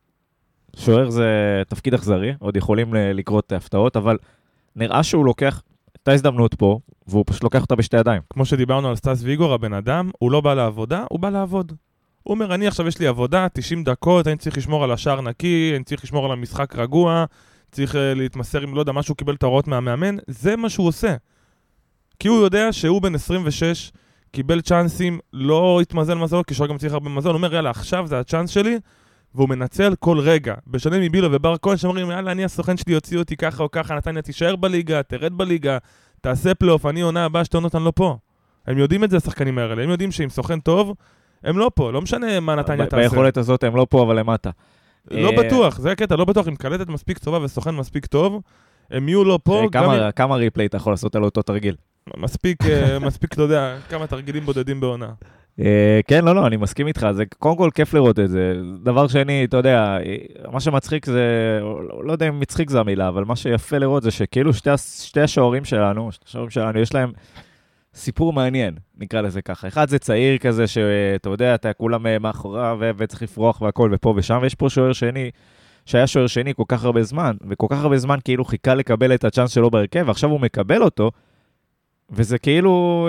שוער זה תפקיד אכזרי, עוד יכולים לקרות הפתעות, אבל נראה שהוא לוקח את ההזדמנות פה, והוא פשוט לוקח אותה בשתי ידיים.
כמו שדיברנו על סטס ויגור, הבן אדם, הוא לא בא לעבודה, הוא בא לעבוד. הוא אומר, אני עכשיו יש לי עבודה, תשעים דקות, אני צריך לשמור על השער נקי, אני צריך לשמור על המשחק רגוע, צריך uh, להתמסר עם לא יודע, משהו קיבל את ההוראות מהמאמן, זה מה שהוא עושה. כי הוא יודע שהוא בן עשרים ושש, קיבל צ'אנסים, לא התמזל מזל, כי שוער גם צריך הרבה מזל, הוא אומר, יאללה, עכשיו זה הצ'אנס שלי, והוא מנצל כל רגע. בשונה מבילו ובר כהן שאומרים, יאללה, אני הסוכן שלי יוציא אותי ככה או ככה, נתניה תישאר בליגה, תרד בליגה, תעשה פלייאוף, אני עונה הבאה שתי עונות אני לא פה. הם יודעים את זה, השחקנים האלה. הם יודעים שאם סוכן טוב, הם לא פה. לא משנה מה נתניה תעשה.
ביכולת הזאת הם לא פה, אבל למטה.
לא בטוח, זה הקטע, לא בטוח. אם קלטת מספיק טובה וסוכן מספיק טוב, הם יהיו לא פה.
כמה ריפליי אתה יכול לעשות על אותו תרגיל?
מספיק, מספיק, אתה יודע, כמה תרגילים בודדים בעונה.
כן, לא, לא, אני מסכים איתך, זה קודם כל כיף לראות את זה. דבר שני, אתה יודע, מה שמצחיק זה, לא יודע אם מצחיק זה המילה, אבל מה שיפה לראות זה שכאילו שתי, שתי השוערים שלנו, שתי השוערים שלנו, יש להם סיפור מעניין, נקרא לזה ככה. אחד זה צעיר כזה, שאתה יודע, אתה כולם מאחוריו וצריך לפרוח והכל ופה ושם, ויש פה שוער שני, שהיה שוער שני כל כך הרבה זמן, וכל כך הרבה זמן כאילו חיכה לקבל את הצ'אנס שלו בהרכב, ועכשיו הוא מקבל אותו, וזה כאילו...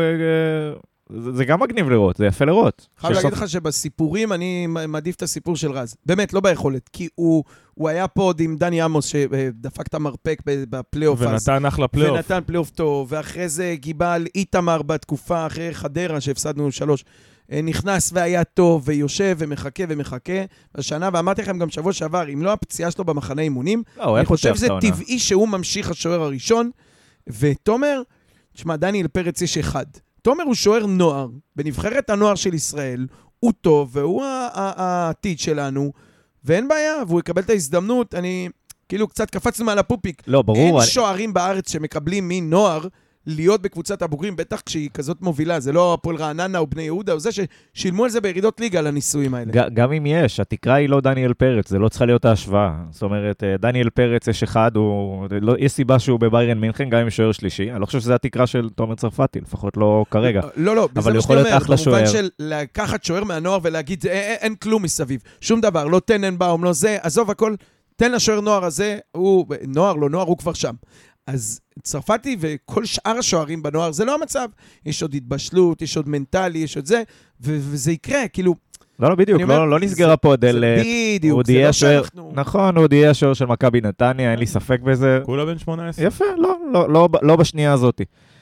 זה גם מגניב לראות, זה יפה לראות.
חייב להגיד לך שבסיפורים אני מעדיף את הסיפור של רז. באמת, לא ביכולת, כי הוא, הוא היה פה עוד עם דני עמוס שדפק את המרפק בפלייאוף.
ונתן אחלה פלייאוף.
ונתן פלייאוף טוב, ואחרי זה גיבל איתמר בתקופה, אחרי חדרה שהפסדנו שלוש, נכנס והיה טוב, ויושב ומחכה ומחכה בשנה, ואמרתי לכם גם שבוע שעבר, אם לא הפציעה שלו במחנה אימונים,
לא,
אני חושב שזה טבעי שהוא ממשיך השוער הראשון, ותומר, תשמע, דניאל פרץ יש אחד. תומר הוא שוער נוער, בנבחרת הנוער של ישראל, הוא טוב, והוא העתיד שלנו, ואין בעיה, והוא יקבל את ההזדמנות, אני, כאילו, קצת קפצנו מעל הפופיק.
לא, ברור.
אין
אני...
שוערים בארץ שמקבלים מנוער, להיות בקבוצת הבוגרים, בטח כשהיא כזאת מובילה, זה לא הפועל רעננה או בני יהודה, או זה ששילמו על זה בירידות ליגה לניסויים האלה.
גם אם יש, התקרה היא לא דניאל פרץ, זה לא צריכה להיות ההשוואה. זאת אומרת, דניאל פרץ יש אחד, הוא, לא, יש סיבה שהוא בביירן מינכן, גם עם שוער שלישי. אני לא חושב שזה התקרה של תומר צרפתי, לפחות לא כרגע.
לא, לא,
אבל יכול להיות אחלה שוער.
במובן של לקחת שוער מהנוער ולהגיד, אין, אין כלום מסביב, שום דבר, לא טננבאום, לא זה, עזוב הכל, תן לשוער נוער הזה, הוא, נוער, לא נוער, הוא כבר שם. אז צרפתי וכל שאר השוערים בנוער, זה לא המצב. יש עוד התבשלות, יש עוד מנטלי, יש עוד זה, ו- וזה יקרה, כאילו...
לא, לא, בדיוק, אומר, לא, לא נסגרה פה דל...
בדיוק, זה לא שאנחנו...
נכון, הוא יהיה שוער של מכבי נתניה, אין לי ספק בזה.
כולה בן שמונה עשרה.
יפה, לא, לא, לא, לא בשנייה הזאת.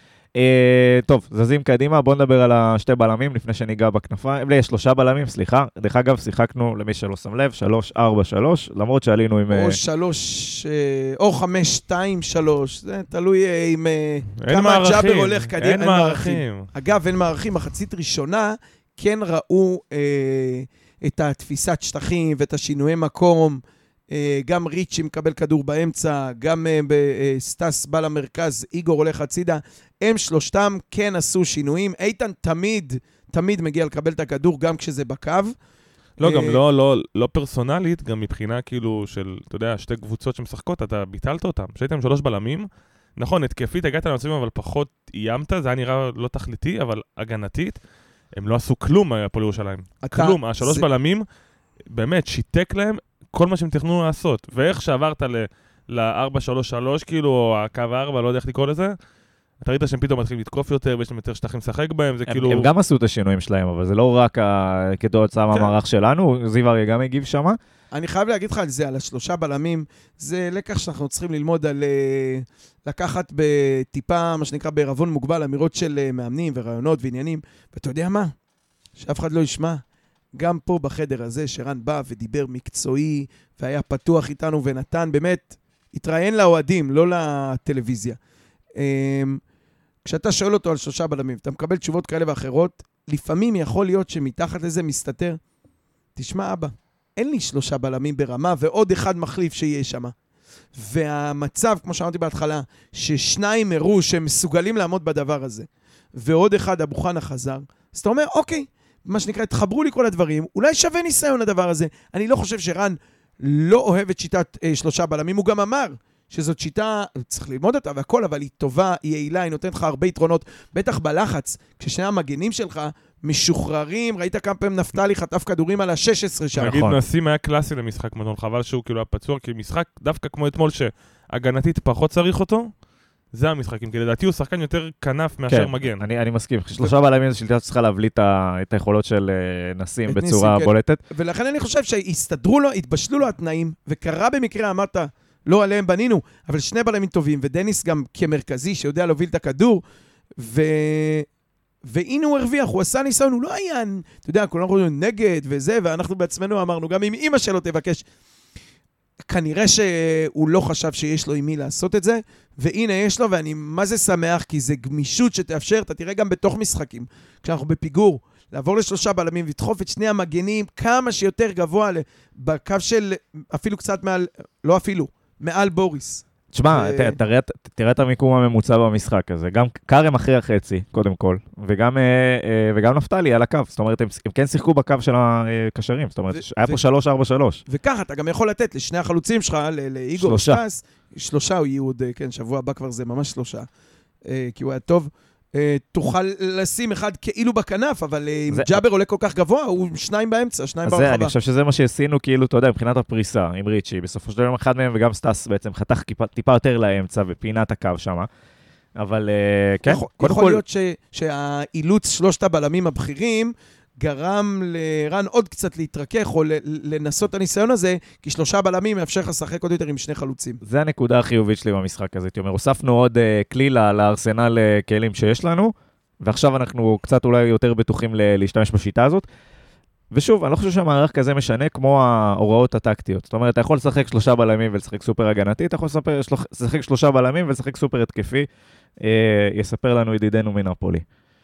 אה, טוב, זזים קדימה, בואו נדבר על השתי בלמים, לפני שניגע בכנפיים, לא, יש שלושה בלמים, סליחה, דרך אגב, שיחקנו למי שלא שם לב, שלוש, ארבע, שלוש, למרות שעלינו עם...
או שלוש, או חמש, שתיים, שלוש, זה תלוי עם
כמה ג'אבר הולך קדימה. אין מערכים.
אגב, אין מערכים, מחצית ראשונה, כן ראו אה, את התפיסת שטחים ואת השינויי מקום, אה, גם ריצ'י מקבל כדור באמצע, גם אה, בסטס בא למרכז, איגור הולך הצידה, הם שלושתם כן עשו שינויים, איתן תמיד, תמיד מגיע לקבל את הכדור גם כשזה בקו.
לא, גם לא, לא, לא פרסונלית, גם מבחינה כאילו של, אתה יודע, שתי קבוצות שמשחקות, אתה ביטלת אותם, שהייתם שלוש בלמים, נכון, התקפית, הגעת למצבים, אבל פחות איימת, זה היה נראה לא תכליתי, אבל הגנתית, הם לא עשו כלום הפועל ירושלים. כלום, השלוש זה... בלמים, באמת, שיתק להם כל מה שהם תכננו לעשות. ואיך שעברת ל-ארבע שלוש שלוש, כאילו, הקו ארבע, לא יודע איך לקרוא לזה, אתה ראית שהם פתאום מתחילים לתקוף יותר, ויש להם יותר שטחים לשחק בהם, זה
הם,
כאילו...
הם גם עשו את השינויים שלהם, אבל זה לא רק כתוצאה מהמערך שלנו, זיו אריה גם הגיב שם.
אני חייב להגיד לך על זה, על השלושה בלמים, זה לקח שאנחנו צריכים ללמוד על לקחת בטיפה, מה שנקרא, בערבון מוגבל, אמירות של מאמנים ורעיונות ועניינים, ואתה יודע מה? שאף אחד לא ישמע. גם פה בחדר הזה, שרן בא ודיבר מקצועי, והיה פתוח איתנו ונתן, באמת, התראיין לאוהדים, לא לטלוויזיה. כשאתה שואל אותו על שלושה בלמים, אתה מקבל תשובות כאלה ואחרות, לפעמים יכול להיות שמתחת לזה מסתתר, תשמע אבא, אין לי שלושה בלמים ברמה, ועוד אחד מחליף שיהיה שם. והמצב, כמו שאמרתי בהתחלה, ששניים הראו שהם מסוגלים לעמוד בדבר הזה, ועוד אחד, אבו חנה חזר, אז אתה אומר, אוקיי, מה שנקרא, תחברו לי כל הדברים, אולי שווה ניסיון הדבר הזה. אני לא חושב שרן לא אוהב את שיטת אה, שלושה בלמים, הוא גם אמר שזאת שיטה, צריך ללמוד אותה והכל, אבל היא טובה, היא יעילה, היא נותנת לך הרבה יתרונות, בטח בלחץ, כששני המגנים שלך משוחררים, ראית כמה פעמים נפתלי חטף כדורים על ה-שש עשרה שם.
נגיד נסים היה קלאסי למשחק כמו אתמול, חבל שהוא כאילו הפצוע, כי משחק דווקא כמו אתמול שהגנתית פחות צריך אותו, זה המשחקים, כי לדעתי הוא שחקן יותר כנף מאשר מגן.
אני, אני מסכים, שלושה בלמים שליטה צריכה להבליט את היכולות של נסים בצורה בולטת.
ולכן אני חושב שהסתדרו לו, התבשלו לו התנאים, וקרה במקרה, אמרת, לא עליהם בנינו, אבל שני בלמים טובים, ודניס גם כמרכזי שיודע להוביל את הכדור, ו... והנה הוא הרוויח, הוא עשה ניסיון, הוא לא היה, אתה יודע, כולנו חושבים נגד וזה, ואנחנו בעצמנו אמרנו, גם אם אמא שלו תבקש, כנראה שהוא לא חשב שיש לו עם מי לעשות את זה, והנה יש לו, ואני מה זה שמח, כי זה גמישות שתאפשר, אתה תראה גם בתוך משחקים, כשאנחנו בפיגור, לעבור לשלושה בלמים, ודחוף את שני המגנים כמה שיותר גבוה, בקו של אפילו קצת מעל, לא אפילו, מעל בוריס.
תשמע, תראה את המיקום הממוצע במשחק הזה. גם קרם אחרי החצי, קודם כל, וגם נפתלי על הקו. זאת אומרת, הם כן שיחקו בקו של הקשרים. זאת אומרת, היה פה שלוש ארבע שלוש.
וככה, אתה גם יכול לתת לשני החלוצים שלך, לאיגור סטאס, שלושה הוא יהיו עוד, כן, שבוע הבא כבר זה ממש שלושה. כי הוא היה טוב. תוכל לשים אחד כאילו בכנף, אבל אם ג'אבר עולה כל כך גבוה, הוא שניים באמצע, שניים ברחבה.
אני חושב שזה מה שעשינו, כאילו, אתה יודע, מבחינת הפריסה עם ריצ'י, בסופו של דבר אחד מהם וגם סטאס בעצם חתך טיפה יותר לאמצע ופינת הקו שם, אבל כן.
יכול להיות שהאילוץ שלושת הבלמים הבכירים, גרם לרן עוד קצת להתרכך, או לנסות את הניסיון הזה, כי שלושה בלמים מאפשר לך לשחק עוד יותר עם שני חלוצים.
זה הנקודה החיובית שלי במשחק הזה. תאמר, הוספנו עוד כלי לארסנל כלים שיש לנו, ועכשיו אנחנו קצת אולי יותר בטוחים להשתמש בשיטה הזאת. ושוב, אני לא חושב שהמערך כזה משנה כמו ההוראות הטקטיות. זאת אומרת, אתה יכול לשחק שלושה בלמים ולשחק סופר הגנתי, אתה יכול לשחק שלושה בלמים ולשחק סופר התקפי, יספר לנו ידידנו מנאפולי.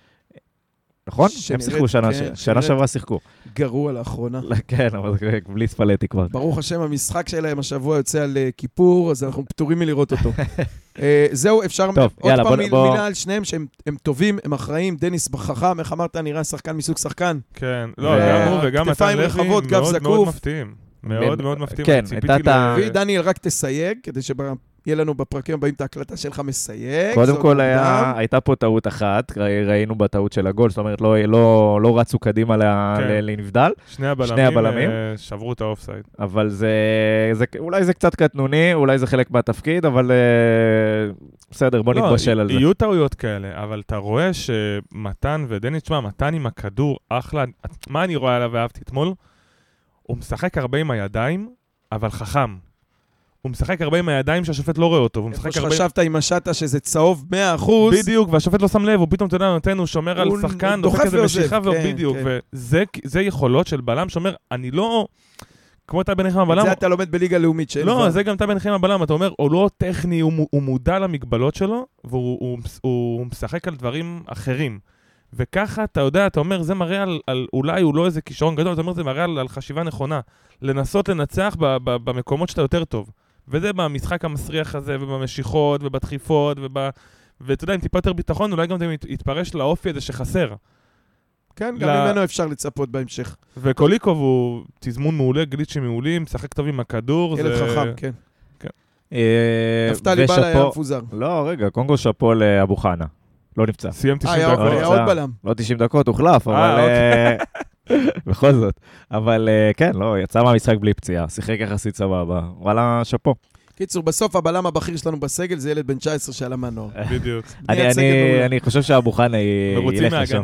נכון? הם שיחקו שנה, שנה שעברה שיחקו.
גרוע לאחרונה.
כן, אבל בלי ספלטי כבר.
ברוך השם, המשחק שלהם השבוע יוצא על כיפור, אז אנחנו פטורים מלראות אותו. זהו, אפשר עוד פעם מילה על שניהם שהם טובים, הם אחראים, דניס חכם, איך אמרת, נראה שחקן מסוג שחקן.
כן, לא, גם הוא וגם מתן לוי מאוד מאוד מפתיעים. מאוד מאוד מפתיעים.
כן, הייתה...
ודניאל, רק תסייג, כדי שבה... יהיה לנו בפרקים הבאים את ההקלטה שלך מסייג.
קודם כל היה, הייתה פה טעות אחת, ראינו בטעות של הגול, זאת אומרת, לא, לא, לא רצו קדימה כן. לנבדל.
שני הבלמים, שני הבלמים שברו את האופסייד.
אבל זה, זה, אולי זה קצת קטנוני, אולי זה חלק מהתפקיד, אבל בסדר, בוא לא, נתבשל על זה.
יהיו טעויות כאלה, אבל אתה רואה שמתן ודניס, תשמע, מתן עם הכדור, אחלה, מה אני רואה עליו ואהבתי אתמול? הוא משחק הרבה עם הידיים, אבל חכם. הוא משחק הרבה עם הידיים שהשופט לא רואה אותו.
איפה שחשבת עם השטה שזה צהוב מאה אחוז.
בדיוק, והשופט לא שם לב, הוא פתאום, אתה יודע, נותן, הוא שומר על שחקן, דוחק איזה משיכה, ובדיוק, וזה יכולות של בלם שאומר, אני לא... כמו אתה ביניכם הבלם...
את זה אתה לומד בליגה לאומית שאין
לא, זה גם אתה ביניכם הבלם, אתה אומר, הוא לא טכני, הוא מודע למגבלות שלו, והוא משחק על דברים אחרים. וככה, אתה יודע, אתה אומר, זה מראה על, על אולי הוא לא איזה כישרון גדול, אתה אומר, זה מראה על, על חשיבה נכונה. לנסות לנצח ב, ב, במקומות שאתה יותר טוב. וזה במשחק המסריח הזה, ובמשיכות, ובדחיפות, וב... ואתה יודע, עם טיפה יותר ביטחון, אולי גם זה יתפרש לאופי הזה שחסר.
כן, גם ל... ממנו אפשר לצפות בהמשך.
וקוליקוב הוא תזמון מעולה, גליצ'ים מעולים, משחק טוב עם הכדור.
ילד זה... חכם, כן.
כן.
נפתלי בא היה מפוזר.
לא, רגע, קודם כל שאפו לאבו חנה. לא נפצע.
סיים תשעים דקות.
היה עוד בלם.
לא תשעים דקות, הוחלף, אבל... בכל זאת. אבל כן, לא, יצא מהמשחק בלי פציעה. שיחק יחסית סבבה. וואלה, שפו.
קיצור, בסוף הבלם הבכיר שלנו בסגל זה ילד בן תשע עשרה שעלה מהנוער.
בדיוק.
אני חושב שאבו חנה ילך לשם.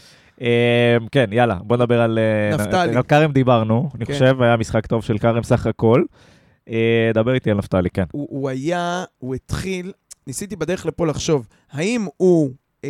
כן, יאללה, בוא נדבר על...
נפתלי.
על קרם דיברנו, אני חושב, היה משחק טוב של קרם סך הכל. דבר איתי על נפתלי, כן.
הוא היה, הוא התחיל, ניסיתי בדרך לפה לחשוב, האם הוא...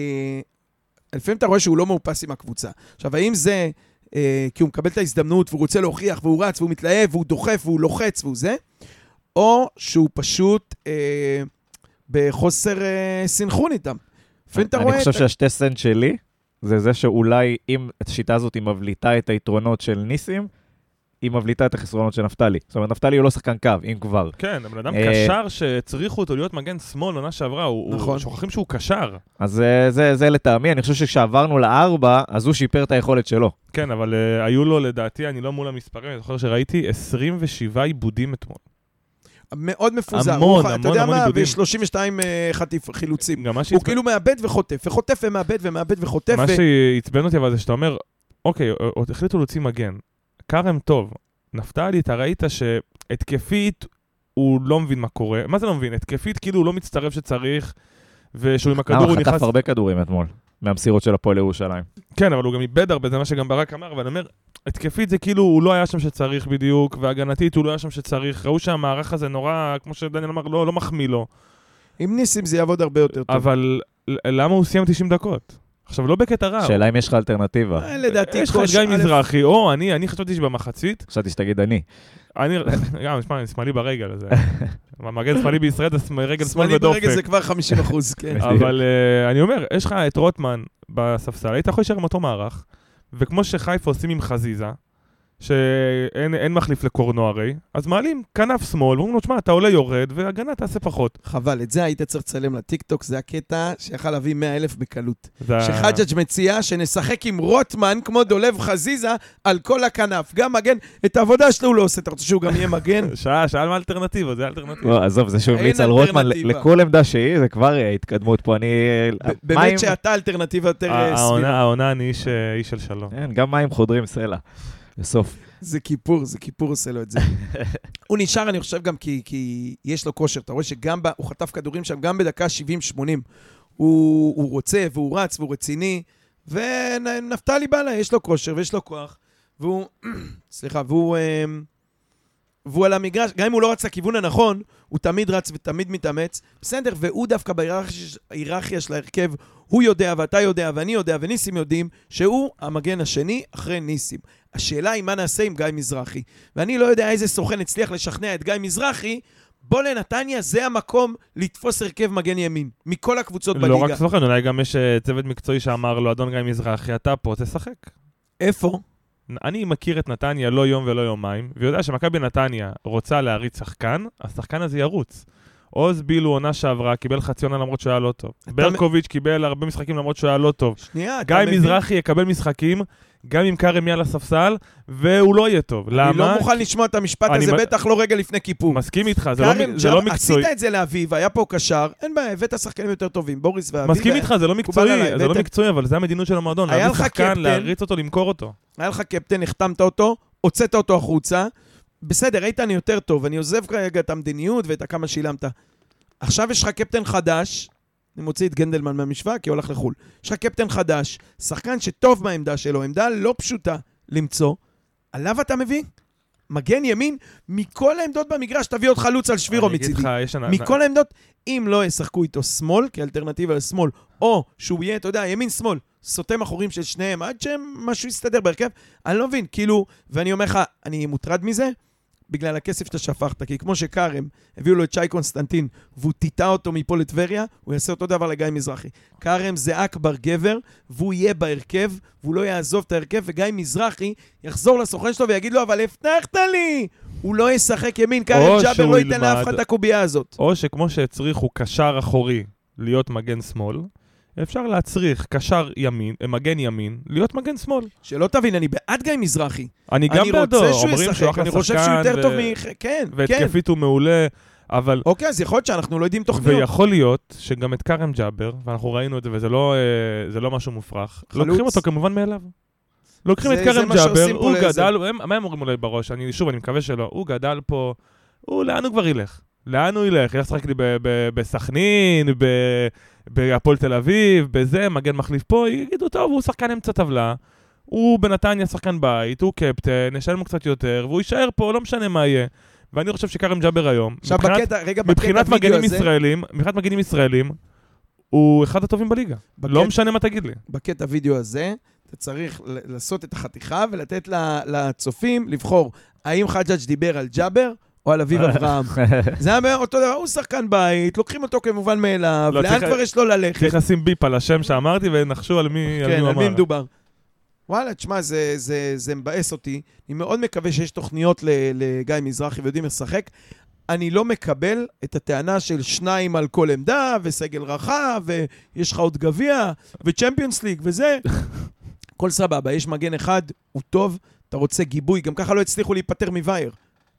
לפעמים אתה רואה שהוא לא מאופס עם הקבוצה. עכשיו, האם זה, אה, כי הוא מקבל את ההזדמנות, והוא רוצה להוכיח, והוא רץ, והוא מתלהב, והוא דוחף, והוא לוחץ, והוא זה, או שהוא פשוט אה, בחוסר אה, סינכרון איתם. לפעמים אתה רואה...
אני חושב שהשתי סנט שלי, זה זה שאולי אם השיטה הזאת היא מבליטה את היתרונות של ניסים, היא מבליטה את החסרונות של נפתלי. זאת אומרת, נפתלי הוא לא שחקן קו, אם כבר.
כן, אבל אדם קשר שצריכו אותו להיות מגן שמאל, עונה שעברה, הוא שוכחים שהוא קשר.
אז זה לטעמי, אני חושב שכשעברנו לארבע, אז הוא שיפר את היכולת שלו.
כן, אבל היו לו לדעתי, אני לא מול המספרים, אני זוכר שראיתי עשרים ושבעה עיבודים אתמול.
מאוד מפוזר.
המון,
הוא,
המון,
אתה יודע
המון
מה?
עיבודים.
ו-שלושים ושתיים חטיף, חילוצים.
גם מה
הוא
שעצבן-
כאילו מאבד וחוטף, וחוטף ומאבד ומאבד וחוטף.
מה
ו...
שעצבן אותי אבל זה שאתה אומר, אוקיי, עוד החליטו להוציא מגן. קרם טוב. נפתלי, אתה ראית שהתקפית הוא לא מבין מה קורה. מה זה לא מבין? התקפית כאילו הוא לא מצטרף שצריך, ושהוא עם הכדור הוא
הוא
נכנס...
חטף הרבה כדורים אתמול, מהמסירות של הפועל ירושלים.
כן, אבל הוא גם איבד הרבה, זה מה שגם ברק אמר, ואני אומר, התקפית זה כאילו הוא לא היה שם שצריך בדיוק, והגנתית הוא לא היה שם שצריך. ראו שהמערך הזה נורא, כמו שדניאל אמר, לא, לא מחמיא לו.
עם ניסים זה יעבוד הרבה יותר טוב.
אבל למה הוא סיים תשעים דקות? עכשיו, לא בקטע רע.
שאלה אם יש לך אלטרנטיבה.
אה, לדעתי,
יש לך את
קוש,
גיא
א',
מזרחי, או אני, אני חשבתי שבמחצית,
חשבתי שתגיד אני.
אני, גם, נשמע, אני שמאלי ברגל, זה... מגן שמאלי בישראל, זה רגל שמאל
שמאלי
ודופק.
ברגע זה כבר חמישים אחוז, כן.
אבל uh, אני אומר, יש לך את רוטמן בספסל, היית יכול להישאר עם אותו מערך, וכמו שחיפה עושים עם חזיזה, שאין אין מחליף לקורנו הרי, אז מעלים כנף שמאל, ואומרים לו, תשמע, אתה עולה יורד, והגנה תעשה פחות.
חבל, את זה היית צריך לצלם לטיקטוק, זה הקטע שיכל להביא מאה אלף בקלות.
זה...
שחג'ג' מציע שנשחק עם רוטמן כמו דולב חזיזה על כל הכנף. גם מגן, את העבודה שלו הוא לא עושה, אתה רוצה שהוא גם יהיה מגן?
שעה, שאל מה האלטרנטיבה, זה האלטרנטיבה.
לא, עזוב, זה שהוא
אין
המליץ על רוטמן
אלטרנטיבה.
לכל עמדה שהיא, זה כבר התקדמות פה. אני...
באמת
מים-
שאתה אלטרנטיבה יותר
העונה-
סבירה.
העונה אני איש אה, איש של שלום.
כן, גם מים חודרים סלע. בסוף.
זה כיפור, זה כיפור עושה לו את זה. הוא נשאר, אני חושב, גם כי, כי יש לו כושר. אתה רואה שגם ב, הוא חטף כדורים שם, גם בדקה שבעים שמונים. הוא, הוא רוצה והוא רץ והוא רציני, ונפתלי בלה, יש לו כושר ויש לו כוח, והוא, סליחה, והוא, והוא על המגרש, גם אם הוא לא רץ לכיוון הנכון, הוא תמיד רץ ותמיד מתאמץ, בסדר, והוא דווקא בהיררכיה של ההרכב, הוא יודע ואתה יודע ואני יודע וניסים יודעים, שהוא המגן השני אחרי ניסים. השאלה היא מה נעשה עם גיא מזרחי. ואני לא יודע איזה סוכן הצליח לשכנע את גיא מזרחי, בוא לנתניה, זה המקום לתפוס הרכב מגן ימין, מכל הקבוצות בליגה.
לא רק סוכן, אולי גם יש אה, צוות מקצועי שאמר לו, אדון גיא מזרחי, אתה פה, תשחק.
איפה?
אני מכיר את נתניה לא יום ולא יומיים, ויודע שמכבי נתניה רוצה להריץ שחקן, השחקן הזה ירוץ. עוז בילו עונה שעברה, קיבל חצי עונה למרות שהוא היה לא טוב. ברקוביץ' קיבל הרבה משחקים למרות שהוא היה לא טוב.
שנייה,
גיא מזרחי יקבל משחקים, גם עם קרם יהיה לספסל, והוא לא יהיה טוב. למה?
אני לא מוכן לשמוע את המשפט הזה, בטח לא רגע לפני כיפור.
מסכים איתך, זה לא מקצועי.
עשית את זה לאביב, היה פה קשר, אין בעיה, הבאת שחקנים יותר טובים, בוריס ואביב.
מסכים איתך, זה לא מקצועי, זה לא מקצועי, אבל זה המדינות של המועדון, להביא שחקן, להריץ אותו, למכור אותו.
היה לך קפטן, החתמת אותו, הוצאת אותו החוצה, בסדר, איתן יותר טוב, אני עוזב כרגע את המדיניות ואת הכמה שילמת. עכשיו יש לך קפטן חדש, אני מוציא את גנדלמן מהמשוואה, כי הוא הולך לחול. יש לך קפטן חדש, שחקן שטוב בעמדה שלו, עמדה לא פשוטה למצוא, עליו אתה מביא? מגן ימין, מכל העמדות במגרש, תביא עוד חלוץ על שבירו מצידי. מכל העמדות, אם לא ישחקו איתו שמאל, כאלטרנטיבה לשמאל, או שהוא יהיה, אתה יודע, ימין-שמאל, סותם אחורים של שניהם, עד שמשהו יסתדר בהרכב, אני לא מבין, כאילו, ואני אומר לך, אני מוטרד מזה, בגלל הכסף שאתה שפכת, כי כמו שקרם, הביאו לו את שי קונסטנטין, והוא טיטה אותו מפה לטבריה, הוא יעשה אותו דבר לגיא מזרחי. קרם זה אכבר גבר, והוא יהיה בהרכב, והוא לא יעזוב את ההרכב, וגיא מזרחי יחזור לסוכן שלו ויגיד לו, אבל הבטחת לי! הוא לא ישחק ימין, קרם ג'אבר לא ייתן לאף אחד את הקובייה הזאת.
או שכמו שהצריכו קשר אחורי להיות מגן שמאל, אפשר להצריך קשר ימין, מגן ימין, להיות מגן שמאל.
שלא תבין, אני בעד גיא מזרחי.
אני גם בעדו, אומרים שהוא
אני חושב שהוא יותר טוב מ... כן, כן.
והתקפית הוא מעולה, אבל...
אוקיי, אז יכול להיות שאנחנו לא יודעים תוכניות.
ויכול להיות שגם את קרם ג'אבר, ואנחנו ראינו את זה, וזה לא, זה לא משהו מופרך, לוקחים אותו כמובן מאליו. לוקחים את קרם ג'אבר, הוא גדל, מה הם אומרים אולי בראש? אני, שוב, אני מקווה שלא, הוא גדל פה, הוא, לאן הוא כבר ילך? לאן הוא ילך? ילך לשחק לי בסכנין, בהפועל תל אביב, בזה, מגן מחליף פה, יגידו, טוב, הוא שחקן אמצע טבלה, הוא בנתניה שחקן בית, הוא קפטן, נשלם לו קצת יותר, והוא יישאר פה, לא משנה מה יהיה. ואני חושב שקרם ג'אבר היום, מבחינת מגנים ישראלים, מבחינת מגנים ישראלים, הוא אחד הטובים בליגה. לא משנה מה תגיד לי.
בקטע הוידאו הזה, אתה צריך לעשות את החתיכה ולתת לצופים לבחור האם חג'ג' דיבר על ג'אבר או על אביב אברהם. זה היה אותו דבר, הוא שחקן בית, לוקחים אותו כמובן מאליו, לאן כבר יש לו ללכת?
צריך לשים ביפ על השם שאמרתי ונחשו על מי הוא אמר.
כן, על מי מדובר. וואלה, תשמע, זה מבאס אותי. אני מאוד מקווה שיש תוכניות לגיא מזרחי ויודעים לשחק. אני לא מקבל את הטענה של שניים על כל עמדה, וסגל רחב, ויש לך עוד גביע, וצ'מפיונס ליג, וזה. כל סבבה, יש מגן אחד, הוא טוב, אתה רוצה גיבוי, גם ככה לא הצליחו להיפטר מווייר.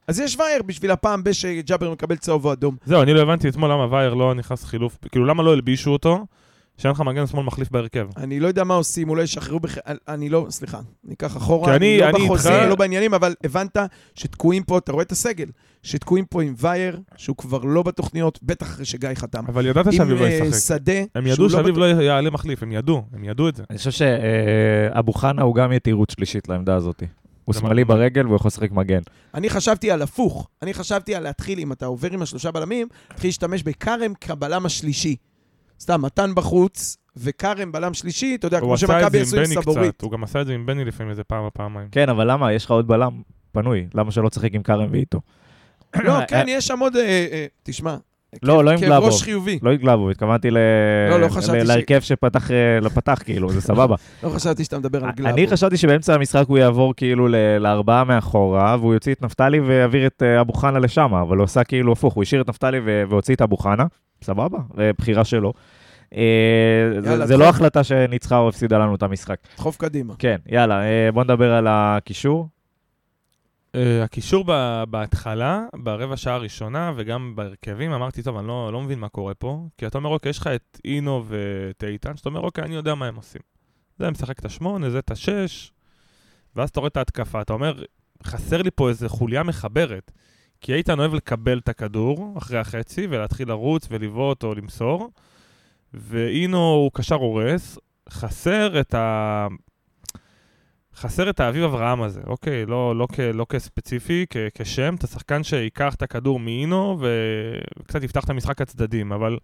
אז יש וייר בשביל הפעם בשג'אבר מקבל צהוב או אדום.
זהו, אני לא הבנתי אתמול למה וייר לא נכנס חילוף, כאילו למה לא הלבישו אותו, שאין לך מגן שמאל מחליף בהרכב.
אני לא יודע מה עושים, אולי ישחררו בח... אני לא, סליחה, ניקח אחורה,
כי
אני,
אני-
אני
אני
לא בחוזים,
איתך-
לא בעניינים, אבל הבנת שתקועים פה, אתה רואה את הסגל, שתקועים פה עם וייר, שהוא כבר לא בתוכניות, בטח אחרי שגיא חתם.
אבל ידעת
עם
שאביב לא
אה,
ישחק.
שדה,
הם
שהוא
ידעו
לא
שאביב
בת-
לא יעלה מחליף, הם ידעו, הם ידעו את זה.
אני חושב שאבו חנה הוא גם יתירות שלישית לעמדה הזאת. הוא
זה
שמאלי
מה-
ברגל והוא יכול לשחק מגן.
אני חשבתי על הפוך, אני חשבתי על להתחיל, אם אתה עובר עם השלושה בלמים, תתחיל להשתמש בקרם כבלם השלישי. סתם, מתן בחוץ, וקרם בלם שלישי, אתה יודע,
הוא
כמו
עשה את
שמכבי
זה עם
עשו עם
בני
סבורית.
קצת, הוא גם עשה את זה עם בני לפעמים איזה פעם או פעמיים.
כן, אבל למה? יש לך עוד בלם פנוי. למה שלא תשחק עם קרם ואיתו?
לא, כן, יש שם עוד, אה, אה, תשמע,
לא, לא עם
כאב
גלאבוב.
ראש חיובי.
לא התגלבו, התכוונתי ל...
לא, לא חשבתי
ל-
ש-
להרכב שפתח, אה, לפתח, כאילו, זה סבבה.
לא חשבתי שאתה מדבר על גלאבוב.
אני חשבתי שבאמצע המשחק הוא יעבור כאילו ל- לארבעה מאחורה, והוא יוציא את נפתלי ויעביר את אה, אבו חנה לשם, אבל הוא עשה כאילו הפוך, הוא השאיר את נפתלי ו- והוציא את אבו חנה, סבבה, זה בחירה שלו. אה, זה-
יאללה,
זה
דחוף.
לא החלטה שניצחה או הפסידה לנו את המשחק.
דחוף קדימה.
כן, יאללה, אה, בוא נדבר על הקישור.
אה, הקישור ב- בהתחלה, ברבע שעה הראשונה, וגם בהרכבים, אמרתי, טוב, אני לא לא מבין מה קורה פה, כי אתה אומר, אוקיי, יש לך את אינו ואת איתן, שאתה אומר, אוקיי, אני יודע מה הם עושים. זה משחק את השמונה, זה את השש, ואז אתה רואה את ההתקפה, אתה אומר, חסר לי פה איזו חוליה מחברת, כי איתן אוהב לקבל את הכדור אחרי החצי, ולהתחיל לרוץ ולבעוט או למסור, ואינו הוא קשר הורס, חסר את ה... חסר את האביב אברהם הזה, אוקיי? לא, לא, כ, לא כספציפי, כ, כשם, את השחקן שיקח את הכדור מאינו וקצת יפתח את המשחק הצדדים, אבל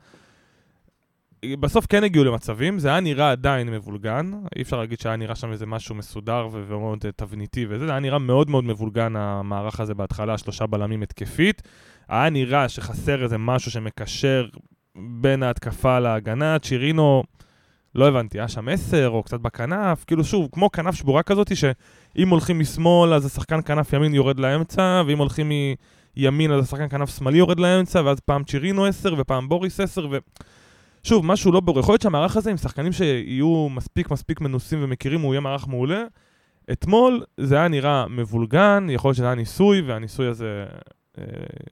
בסוף כן הגיעו למצבים, זה היה נראה עדיין מבולגן, אי אפשר להגיד שהיה נראה שם איזה משהו מסודר ו- ומאוד תבניתי וזה, זה היה נראה מאוד מאוד מבולגן המערך הזה בהתחלה, שלושה בלמים התקפית, היה נראה שחסר איזה משהו שמקשר בין ההתקפה להגנה, צ'ירינו... לא הבנתי, היה שם עשר או קצת בכנף, כאילו שוב, כמו כנף שבורה כזאת, שאם הולכים משמאל אז השחקן כנף ימין יורד לאמצע, ואם הולכים מימין אז השחקן כנף שמאלי יורד לאמצע, ואז פעם צ'ירינו עשר ופעם בוריס עשר, ושוב, משהו לא ברור. יכול להיות שהמערך הזה עם שחקנים שיהיו מספיק מספיק מנוסים ומכירים, הוא יהיה מערך מעולה. אתמול זה היה נראה מבולגן, יכול להיות שזה היה ניסוי, והניסוי הזה, אה,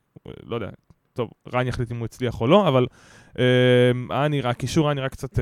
לא יודע, טוב, רן יחליט אם הוא הצליח או לא, אבל אה, היה נראה, הקישור היה נראה קצת...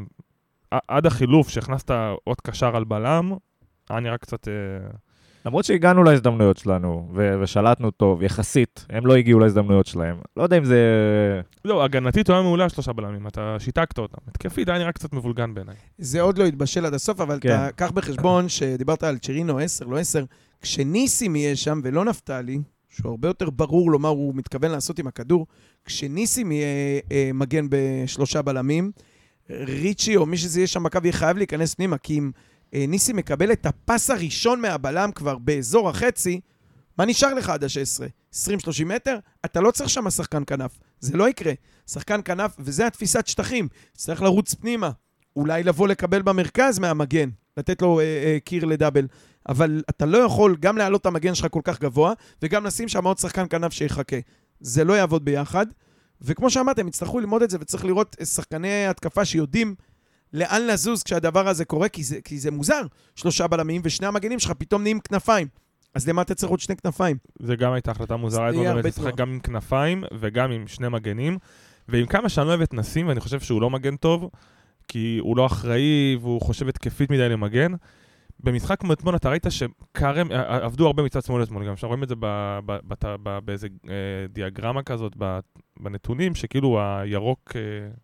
אה, עד החילוף שהכנסת עוד קשר על בלם, היה נראה קצת...
למרות שהגענו להזדמנויות שלנו, ו- ושלטנו טוב, יחסית, הם לא הגיעו להזדמנויות שלהם. לא יודע אם זה...
לא, הגנתית הוא היה מעולה שלושה בלמים, אתה שיתקת אותם. התקפית היה נראה קצת מבולגן בעיניי.
זה עוד לא התבשל עד הסוף, אבל
כן.
אתה קח בחשבון שדיברת על צ'ירינו עשר, לא עשר, כשניסים יהיה שם ולא נפתלי, שהוא הרבה יותר ברור לו מה הוא מתכוון לעשות עם הכדור, כשניסים יהיה אה, מגן בשלושה בלמים, ריצ'י או מי שזה יהיה שם בקו יהיה חייב להיכנס פנימה, כי אם אה, ניסים מקבל את הפס הראשון מהבלם כבר באזור החצי, מה נשאר לך עד ה-שש עשרה? עשרים שלושים מטר? אתה לא צריך שם שחקן כנף. זה לא יקרה. שחקן כנף, וזה התפיסת שטחים. צריך לרוץ פנימה. אולי לבוא לקבל במרכז מהמגן, לתת לו אה, אה, קיר לדאבל. אבל אתה לא יכול גם להעלות את המגן שלך כל כך גבוה, וגם לשים שם עוד שחקן כנף שיחכה. זה לא יעבוד ביחד. וכמו שאמרתם, יצטרכו ללמוד את זה, וצריך לראות שחקני התקפה שיודעים לאן לזוז כשהדבר הזה קורה, כי זה, כי זה מוזר. שלושה בלמים ושני המגנים שלך פתאום נהיים כנפיים. אז למה אתה צריך עוד שני כנפיים?
זה גם הייתה החלטה מוזרה,
זה יהיה
באמת
הרבה
לשחק
תנועה.
גם עם כנפיים וגם עם שני מגנים. ועם כמה שאני לא אוהב את נסים, ואני חושב שהוא לא מגן טוב, כי הוא לא אחראי והוא חושב התקפית מדי למגן. במשחק כמו אתמול אתה ראית שקרם, עבדו הרבה מצד שמאל אתמול, גם רואים את זה ב- ב- ב- ב- באיזה אה, דיאגרמה כזאת ב- בנתונים, שכאילו הירוק, אה,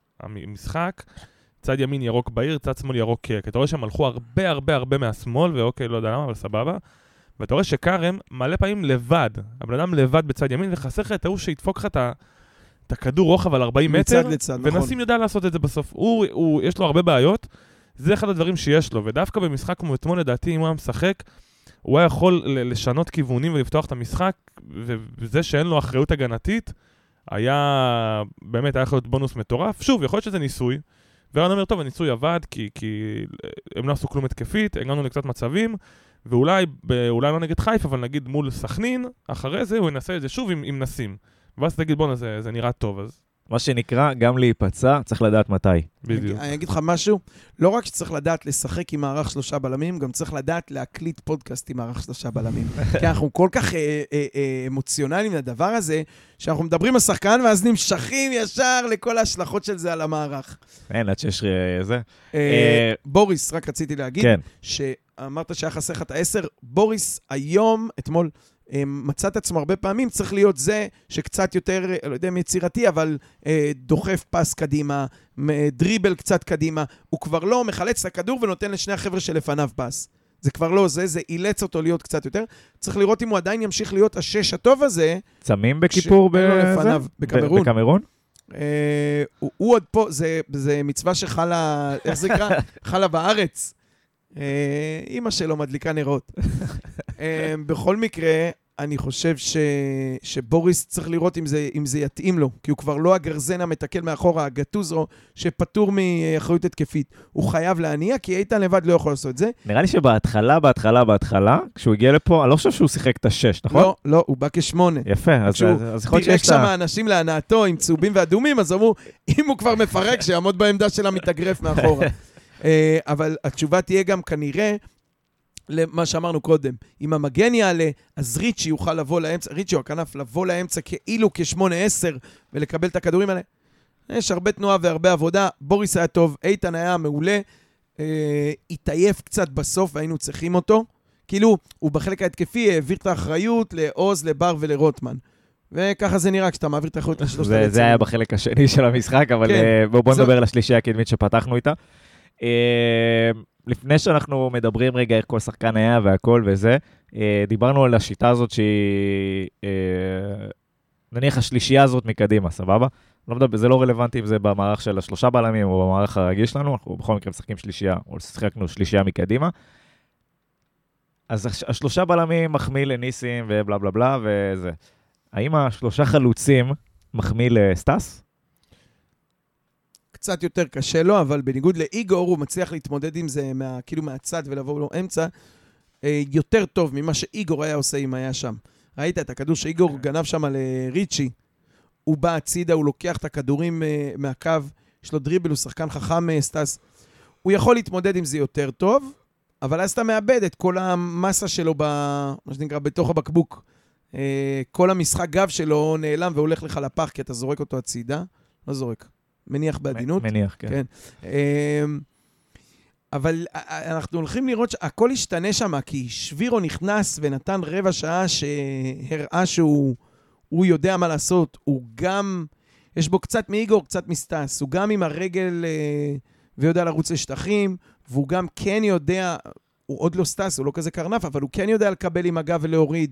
המשחק, צד ימין ירוק בעיר, צד שמאל ירוק קרק. אתה רואה שהם הלכו הרבה הרבה הרבה מהשמאל, ואוקיי, לא יודע למה, אבל סבבה. ואתה רואה שקרם מלא פעמים לבד, הבן אדם לבד בצד ימין, וחסר לך את ההוא שידפוק לך את ה... את הכדור רוחב על ארבעים מטר,
מצד לצד, נכון.
ונסים יודע לעשות את זה בסוף. הוא, הוא, יש לו הרבה בעיות, זה אחד הדברים שיש לו, ודווקא במשחק כמו אתמול, לדעתי, אם הוא היה משחק, הוא היה יכול לשנות כיוונים ולפתוח את המשחק, וזה שאין לו אחריות הגנתית, היה, באמת, היה יכול להיות בונוס מטורף. שוב, יכול להיות שזה ניסוי, ורן אומר, טוב, הניסוי עבד, כי, כי הם לא עשו כלום התקפית, הגענו לקצת מצבים, ואולי, אולי לא נגד חיפה, אבל נגיד מול סכנין, אחרי זה הוא ינסה את זה שוב עם, עם נסים. ואז תגיד, בוא, זה, זה נראה טוב, אז
מה שנקרא, גם להיפצע, צריך לדעת מתי.
בדיוק.
אני אגיד לך משהו, לא רק שצריך לדעת לשחק עם מערך שלושה בלמים, גם צריך לדעת להקליט פודקאסט עם מערך שלושה בלמים. כי אנחנו כל כך אה, אה, אה, אמוציונליים לדבר הזה, שאנחנו מדברים על שחקן, ואז נמשכים ישר לכל ההשלכות של זה על המערך.
אין, עד שיש זה.
אה, בוריס, רק רציתי להגיד,
כן.
שאמרת שהיה חסר לך את העשר, בוריס היום, אתמול, מצאת עצמו הרבה פעמים, צריך להיות זה שקצת יותר, לא יודע אם יצירתי, אבל אה, דוחף פס קדימה, דריבל קצת קדימה, הוא כבר לא מחלץ את הכדור ונותן לשני החבר'ה שלפניו פס. זה כבר לא זה, זה אילץ אותו להיות קצת יותר. צריך לראות אם הוא עדיין ימשיך להיות השש הטוב הזה.
צמים בכיפור בזה?
בקמרון.
בקמרון?
אה, הוא, הוא עוד פה, זה, זה מצווה שחלה, איך זה קרא? חלה בארץ. אה, אמא שלו מדליקה נרות. אה, בכל מקרה, אני חושב ש... שבוריס צריך לראות אם זה, אם זה יתאים לו, כי הוא כבר לא הגרזן המתקל מאחורה, הגטוזרו, שפטור מאחריות התקפית. הוא חייב להניע, כי איתן לבד לא יכול לעשות את זה.
נראה לי שבהתחלה, בהתחלה, בהתחלה, כשהוא הגיע לפה, אני לא חושב שהוא שיחק את השש, נכון?
לא, לא, הוא בא כשמונה.
יפה, אז,
כשהוא,
אז, אז יכול להיות שיש
את ה... תראה שם האנשים להנאתו עם צהובים ואדומים, אז אמרו, אם הוא כבר מפרק, שיעמוד בעמדה של המתאגרף מאחורה. אבל התשובה תהיה גם כנראה, למה שאמרנו קודם, אם המגן יעלה, אז ריצ'י יוכל לבוא לאמצע, ריצ'י או הכנף לבוא לאמצע כאילו כשמונה עשר, ולקבל את הכדורים האלה. יש הרבה תנועה והרבה עבודה, בוריס היה טוב, איתן היה מעולה, אה, התעייף קצת בסוף והיינו צריכים אותו, כאילו הוא בחלק ההתקפי העביר את האחריות לעוז, לבר ולרוטמן. וככה זה נראה כשאתה מעביר את האחריות לשלושת
זה, זה היה בחלק השני של המשחק, אבל כן. בואו בוא נדבר על השלישייה הקדמית שפתחנו איתה. אה, לפני שאנחנו מדברים רגע איך כל שחקן היה והכל וזה, דיברנו על השיטה הזאת שהיא, נניח השלישייה הזאת מקדימה, סבבה? לא מדבר, זה לא רלוונטי אם זה במערך של השלושה בלמים או במערך הרגיל שלנו, אנחנו בכל מקרה משחקים שלישייה, או שחקנו שלישייה מקדימה. אז השלושה בלמים מחמיא לניסים ובלה בלה בלה וזה. האם השלושה חלוצים מחמיא לסטס?
קצת יותר קשה לו, אבל בניגוד לאיגור, הוא מצליח להתמודד עם זה מה, כאילו מהצד ולבוא לו אמצע, אה, יותר טוב ממה שאיגור היה עושה אם היה שם. ראית את הכדור שאיגור גנב שם על ריצ'י, הוא בא הצידה, הוא לוקח את הכדורים אה, מהקו, יש לו דריבל, הוא שחקן חכם אה, סטס. הוא יכול להתמודד עם זה יותר טוב, אבל אז אתה מאבד את כל המסה שלו, ב, מה שנקרא, בתוך הבקבוק. אה, כל המשחק גב שלו נעלם והולך לך לפח, כי אתה זורק אותו הצידה. לא זורק. מניח בעדינות.
מניח, כן.
כן. אבל אנחנו הולכים לראות שהכל השתנה שם, כי שבירו נכנס ונתן רבע שעה שהראה שהוא הוא יודע מה לעשות. הוא גם, יש בו קצת מאיגור, קצת מסטס. הוא גם עם הרגל ויודע לרוץ לשטחים, והוא גם כן יודע, הוא עוד לא סטס, הוא לא כזה קרנף, אבל הוא כן יודע לקבל עם הגב ולהוריד.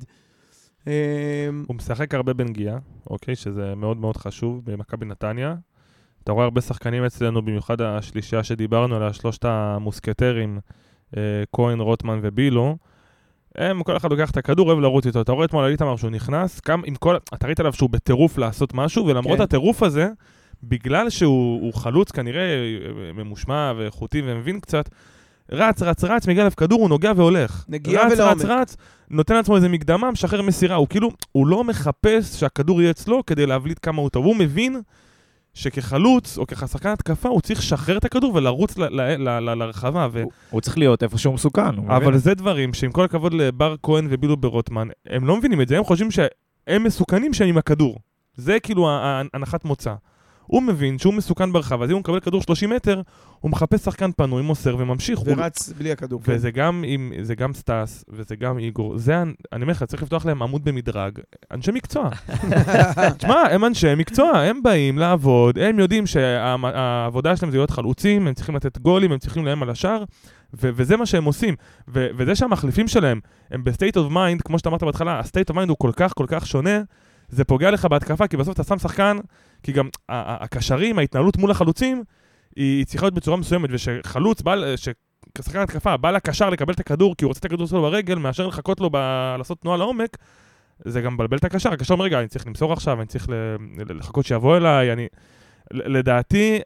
הוא משחק הרבה בנגיעה, אוקיי? שזה מאוד מאוד חשוב במכבי נתניה. אתה רואה הרבה שחקנים אצלנו, במיוחד השלישייה שדיברנו עליה, שלושת המוסקטרים, כהן, רוטמן ובילו, הם, כל אחד לוקח את הכדור, אוהב לרוץ איתו. אתה רואה אתמול על איתמר שהוא נכנס, כמה, עם כל, אתה ראית עליו שהוא בטירוף לעשות משהו, ולמרות כן. הטירוף הזה, בגלל שהוא חלוץ כנראה ממושמע ואיכותי ומבין קצת, רץ, רץ, רץ, מגיע אליו כדור, הוא נוגע והולך.
נגיע
רץ,
ולעומק.
רץ, רץ, נותן לעצמו איזה מקדמה, משחרר מסירה. הוא כאילו, הוא לא מחפש שהכדור יהיה אצלו כדי להבליט כמה הוא טוב. הוא מבין שכחלוץ או כחשחקן התקפה, הוא צריך לשחרר את הכדור ולרוץ לרחבה.
הוא צריך להיות איפה שהוא מסוכן.
אבל זה דברים שעם כל הכבוד לבר כהן ובילו ברוטמן, הם לא מבינים את זה, הם חושבים שהם מסוכנים שהם עם הכדור. זה כאילו הנחת מוצא. הוא מבין שהוא מסוכן ברחב, אז אם הוא מקבל כדור שלושים מטר, הוא מחפש שחקן פנוי, מוסר וממשיך.
ורץ בלי הכדור.
וזה גם, זה גם סטס, וזה גם איגור. זה, אני אומר לך, צריך לפתוח להם עמוד במדרג. אנשי מקצוע. תשמע, הם אנשי מקצוע, הם באים לעבוד, הם יודעים שהעבודה שלהם זה להיות חלוצים, הם צריכים לתת גולים, הם צריכים להם על השאר, וזה מה שהם עושים. וזה שהמחליפים שלהם, הם ב-state of mind, כמו שאתה אמרת בהתחלה, ה-state of mind הוא כל כך, כל כך שונה, זה פוגע לך בהתקפה, כי בסוף אתה שם שחקן, כי גם הקשרים, ההתנהלות מול החלוצים, היא צריכה להיות בצורה מסוימת, ושחלוץ, ששחקן התקפה, בא לקשר לקבל את הכדור, כי הוא רוצה את הכדור שלו ברגל, מאשר לחכות לו לעשות תנועה לעומק, זה גם בלבל את הקשר. הקשר אומר, רגע, אני צריך למסור עכשיו, אני צריך לחכות שיבוא אליי, אני... לדעתי,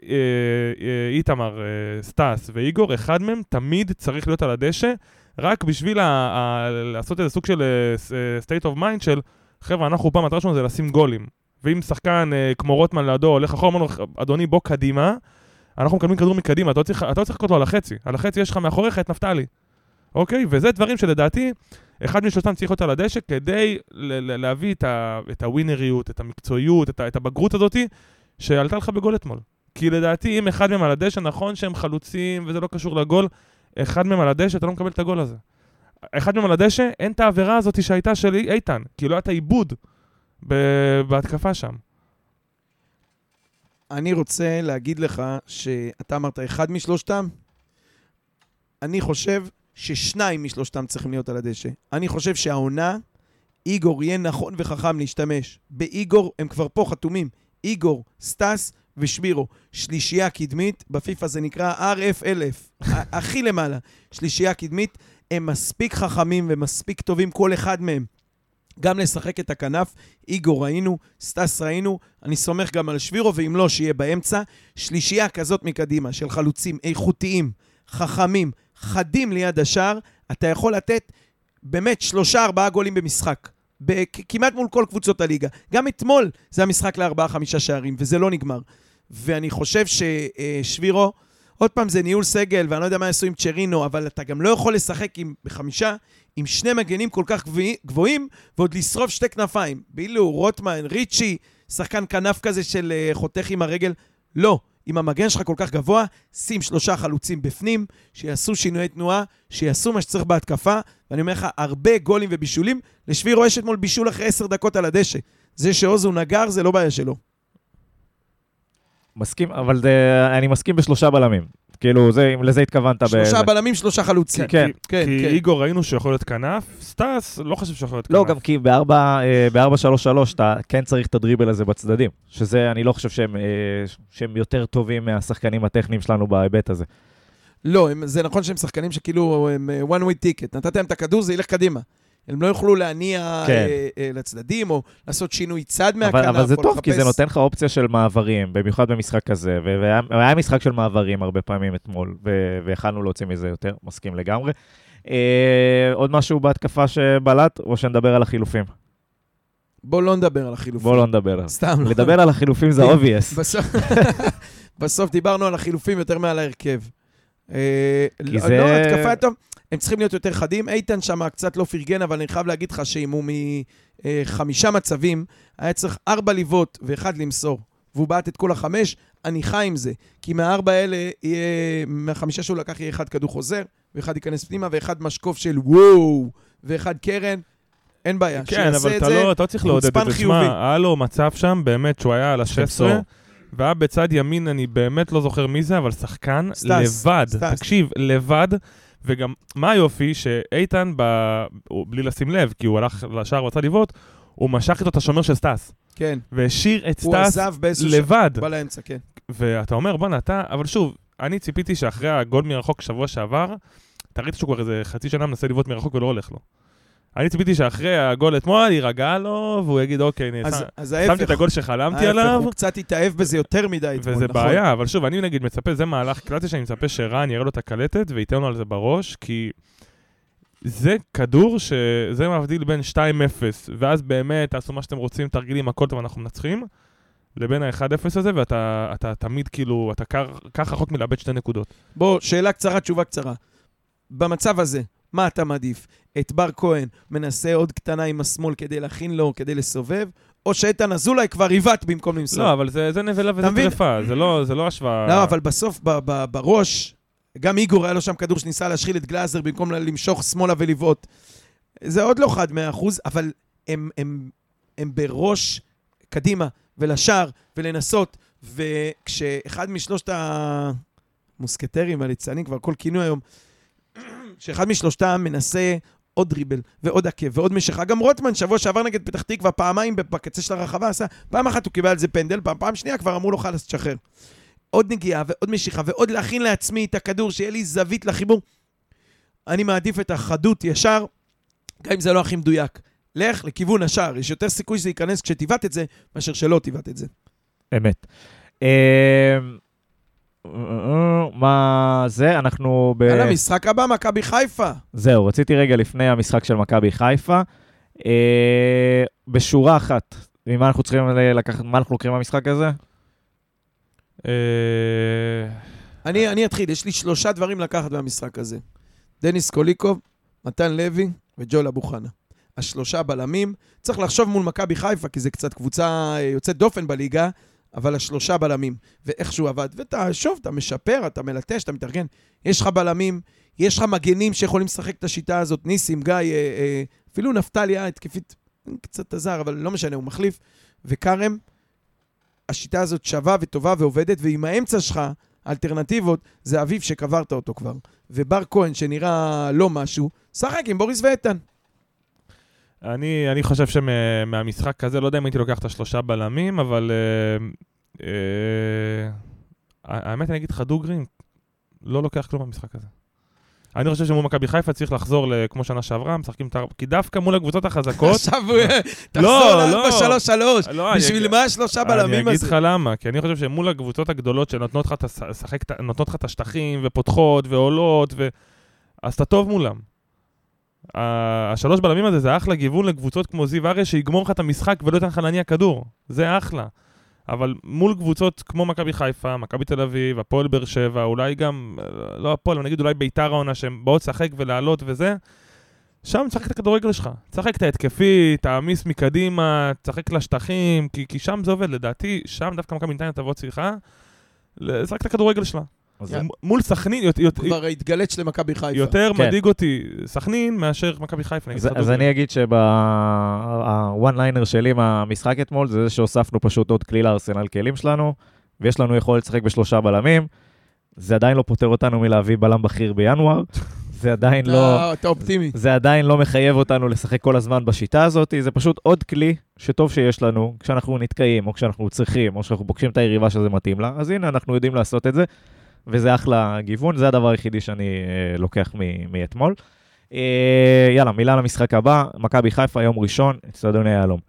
איתמר, סטס ואיגור, אחד מהם תמיד צריך להיות על הדשא, רק בשביל לעשות איזה סוג של state of mind של חבר'ה, אנחנו פעם, המטרה שלנו זה לשים גולים. ואם שחקן אה, כמו רוטמן לידו הולך אחורה, אמרנו, אדוני בוא קדימה, אנחנו מקבלים כדור מקדימה, אתה לא צריך, אתה לא צריך לקרות לו על החצי, על החצי יש לך מאחוריך את נפתלי, אוקיי? וזה דברים שלדעתי, אחד משלושתם צריך להיות על הדשא, כדי ל- ל- להביא את, ה- את הווינריות, את המקצועיות, את, ה- את הבגרות הזאת, שעלתה לך בגול אתמול. כי לדעתי, אם אחד מהם על הדשא, נכון שהם חלוצים, וזה לא קשור לגול, אחד מהם על הדשא, אתה לא מקבל את הגול הזה. אחד מהם על הדשא, אין את העבירה הזאת שהייתה של איתן, כי לא היה את העיבוד ב- בהתקפה שם.
אני רוצה להגיד לך שאתה אמרת אחד משלושתם, אני חושב ששניים משלושתם צריכים להיות על הדשא. אני חושב שהעונה, איגור יהיה נכון וחכם להשתמש. באיגור הם כבר פה חתומים. איגור, סטס ושבירו. שלישייה קדמית, בפיפה זה נקרא אר אף אלף. הכי למעלה. שלישייה קדמית, הם מספיק חכמים ומספיק טובים כל אחד מהם. גם לשחק את הכנף, איגור ראינו, סטס ראינו, אני סומך גם על שבירו, ואם לא, שיהיה באמצע. שלישייה כזאת מקדימה של חלוצים איכותיים, חכמים, חדים ליד השער, אתה יכול לתת באמת שלושה, ארבעה גולים במשחק. כמעט מול כל קבוצות הליגה. גם אתמול זה המשחק לארבעה, חמישה שערים, וזה לא נגמר. ואני חושב ששבירו, עוד פעם זה ניהול סגל, ואני לא יודע מה יעשו עם צ'רינו, אבל אתה גם לא יכול לשחק עם, בחמישה, עם שני מגנים כל כך גבוהים, ועוד לשרוף שתי כנפיים. בילו, רוטמן, ריצ'י, שחקן כנף כזה של חותך עם הרגל. לא. אם המגן שלך כל כך גבוה, שים שלושה חלוצים בפנים, שיעשו שינויי תנועה, שיעשו מה שצריך בהתקפה, ואני אומר לך, הרבה גולים ובישולים, לשבירו יש אתמול בישול אחרי עשר דקות על הדשא. זה שעוז הוא נגר, זה לא בעיה שלו.
מסכים, אבל זה, אני מסכים בשלושה בלמים. כאילו, זה, לזה התכוונת.
שלושה ב... בלמים, שלושה חלוצים.
כן,
כן,
כי
כן.
איגור ראינו שיכול להיות כנף, סטס לא חושב שיכול להיות כנף.
לא, גם כי ב-ארבע שלוש שלוש אתה כן צריך את הדריבל הזה בצדדים, שזה אני לא חושב שהם, שהם יותר טובים מהשחקנים הטכניים שלנו בהיבט הזה.
לא, הם, זה נכון שהם שחקנים שכאילו הם one way ticket. נתתם את הכדור, זה ילך קדימה. הם לא יוכלו להניע כן. אה, אה, לצדדים, או לעשות שינוי צד מהכנף.
אבל, אבל זה טוב,
לחפש...
כי זה נותן לך אופציה של מעברים, במיוחד במשחק כזה, והיה, והיה משחק של מעברים הרבה פעמים אתמול, והכלנו להוציא מזה יותר, מסכים לגמרי. אה, עוד משהו בהתקפה שבלט, או שנדבר על החילופים?
בוא לא נדבר על החילופים.
בוא לא נדבר.
סתם לא.
לדבר על החילופים זה obvious.
בסוף, בסוף דיברנו על החילופים יותר מעל ההרכב. אה,
כי
לא,
זה...
לא, התקפה טוב. הם צריכים להיות יותר חדים. איתן שם קצת לא פרגן, אבל אני חייב להגיד לך שאם הוא מחמישה מצבים, היה צריך ארבע ליוות ואחד למסור. והוא בעט את כל החמש, אני חי עם זה. כי מהארבע האלה, יהיה, מהחמישה שהוא לקח יהיה אחד כדור חוזר, ואחד ייכנס פנימה, ואחד משקוף של וואו, ואחד קרן. אין בעיה.
כן, אבל אתה לא, אתה צריך לעודד את זה. שמע, היה לו מצב שם, באמת, שהוא היה על ה-שש עשרה, והיה בצד ימין, אני באמת לא זוכר מי זה, אבל שחקן לבד. תקשיב, לבד. וגם מה היופי שאיתן, ב... בלי לשים לב, כי הוא הלך לשער ורצה לבעוט, הוא משך איתו את השומר של סטס.
כן.
והשאיר את סטס לבד.
בא לאמצע, כן.
ואתה אומר, בוא נתה, אבל שוב, אני ציפיתי שאחרי הגול מרחוק שבוע שעבר, אתה ראית שהוא כבר איזה חצי שנה מנסה לבעוט מרחוק ולא הולך לו. אני ציפיתי שאחרי הגול אתמול יירגע לו, והוא יגיד, אוקיי, שמתי את הגול שחלמתי עליו.
הוא קצת התאהב בזה יותר מדי אתמול,
וזה בעיה, אבל שוב, אני נגיד מצפה, זה מהלך קלאסי שאני מצפה שרן יראה לו את הקלטת, וייתן לו על זה בראש, כי זה כדור שזה מבדיל בין שתיים אפס, ואז באמת תעשו מה שאתם רוצים, תרגילים, הכל טוב, אנחנו מנצחים, לבין ה-אחד אפס הזה, ואתה תמיד כאילו, אתה כך רחוק מלאבד שתי נקודות.
בוא, שאלה קצרה, תשובה קצרה. במצב הזה, מה אתה מעדיף? את בר כהן מנסה עוד קטנה עם השמאל כדי להכין לו, כדי לסובב, או שאיתן אזולאי כבר ריבט במקום למסור?
לא, אבל זה, זה נבלה וזה טרפה, זה לא, זה לא השוואה...
לא, אבל בסוף, ב- ב- בראש, גם איגור היה לו שם כדור שניסה להשחיל את גלאזר במקום למשוך שמאלה ולבעוט. זה עוד לא חד מאה אחוז, אבל הם, הם, הם בראש קדימה ולשער ולנסות, וכשאחד משלושת המוסקטרים, הליצנים, כבר כל כינוי היום, שאחד משלושתם מנסה עוד דריבל ועוד עקב ועוד משיכה. גם רוטמן שבוע שעבר נגד פתח תקווה פעמיים בקצה של הרחבה עשה, פעם אחת הוא קיבל על זה פנדל, פעם, פעם שנייה כבר אמרו לו חלס תשחרר. עוד נגיעה ועוד משיכה ועוד להכין לעצמי את הכדור, שיהיה לי זווית לחיבור. אני מעדיף את החדות ישר, גם אם זה לא הכי מדויק. לך לכיוון השער, יש יותר סיכוי שזה ייכנס כשתיבט את זה, מאשר שלא תיבט את זה.
אמת. מה זה? אנחנו ב...
על המשחק הבא, מכבי חיפה.
זהו, רציתי רגע לפני המשחק של מכבי חיפה, בשורה אחת, ממה אנחנו צריכים לקחת, מה אנחנו לוקחים במשחק הזה?
אני, אני אתחיל, יש לי שלושה דברים לקחת מהמשחק הזה. דניס קוליקוב, מתן לוי וג'ול אבו חנה. השלושה בלמים, צריך לחשוב מול מכבי חיפה, כי זה קצת קבוצה יוצאת דופן בליגה, אבל השלושה בלמים, ואיך שהוא עבד, ואתה שוב, אתה משפר, אתה מלטש, אתה מתארגן, יש לך בלמים, יש לך מגנים שיכולים לשחק את השיטה הזאת, ניסים, גיא, אה, אה, אפילו נפתלי, התקפית קצת עזר, אבל לא משנה, הוא מחליף, וקרם, השיטה הזאת שווה וטובה ועובדת, ועם האמצע שלך, האלטרנטיבות, זה אביב שקברת אותו כבר, ובר כהן שנראה לא משהו, שחק עם בוריס ואיתן.
אני, אני חושב שמהמשחק הזה, לא יודע אם הייתי לוקח את השלושה בלמים, אבל אה, אה, האמת, אני אגיד לך דוגרי, לא לוקח כלום במשחק הזה. אני חושב שמול מכבי חיפה צריך לחזור כמו שנה שעברה, משחקים, כי דווקא מול הקבוצות החזקות... עכשיו
תחזור ל-ארבע שלוש שלוש, בשביל מה שלושה בלמים הזה?
אני אגיד לך למה, כי אני חושב שמול הקבוצות הגדולות שנותנות לך את השטחים ופותחות ועולות, אז אתה טוב מולם. השלוש בלמים הזה זה אחלה גיוון לקבוצות כמו זיו אריה שיגמור לך את המשחק ולא ייתן לך להניע כדור. זה אחלה. אבל מול קבוצות כמו מכבי חיפה, מכבי תל אביב, הפועל באר שבע, אולי גם, לא הפועל, נגיד אולי ביתר העונה שהם באות לשחק ולעלות וזה, שם תשחק את הכדורגל שלך. תשחק את ההתקפי, תעמיס מקדימה, תשחק לשטחים, כי, כי שם זה עובד. לדעתי, שם דווקא מכבי נתניה תבוא צריכה, לשחק את הכדורגל שלה. מול סכנין,
כבר התגלץ למכבי חיפה.
יותר מדאיג אותי סכנין מאשר מכבי חיפה.
אז אני אגיד שבוואן ליינר שלי מהמשחק אתמול, זה זה שהוספנו פשוט עוד כלי לארסנל כלים שלנו, ויש לנו יכולת לשחק בשלושה בלמים, זה עדיין לא פותר אותנו מלהביא בלם בכיר בינואר, זה עדיין לא...
אתה אופטימי.
זה עדיין לא מחייב אותנו לשחק כל הזמן בשיטה הזאת, זה פשוט עוד כלי שטוב שיש לנו, כשאנחנו נתקעים, או כשאנחנו צריכים, או כשאנחנו פוגשים את היריבה שזה מתאים לה, אז הנה אנחנו יודעים לעשות את זה. וזה אחלה גיוון, זה הדבר היחידי שאני אה, לוקח מאתמול. אה, יאללה, מילה למשחק הבא, מכבי חיפה, יום ראשון, אצטדיון היהלום.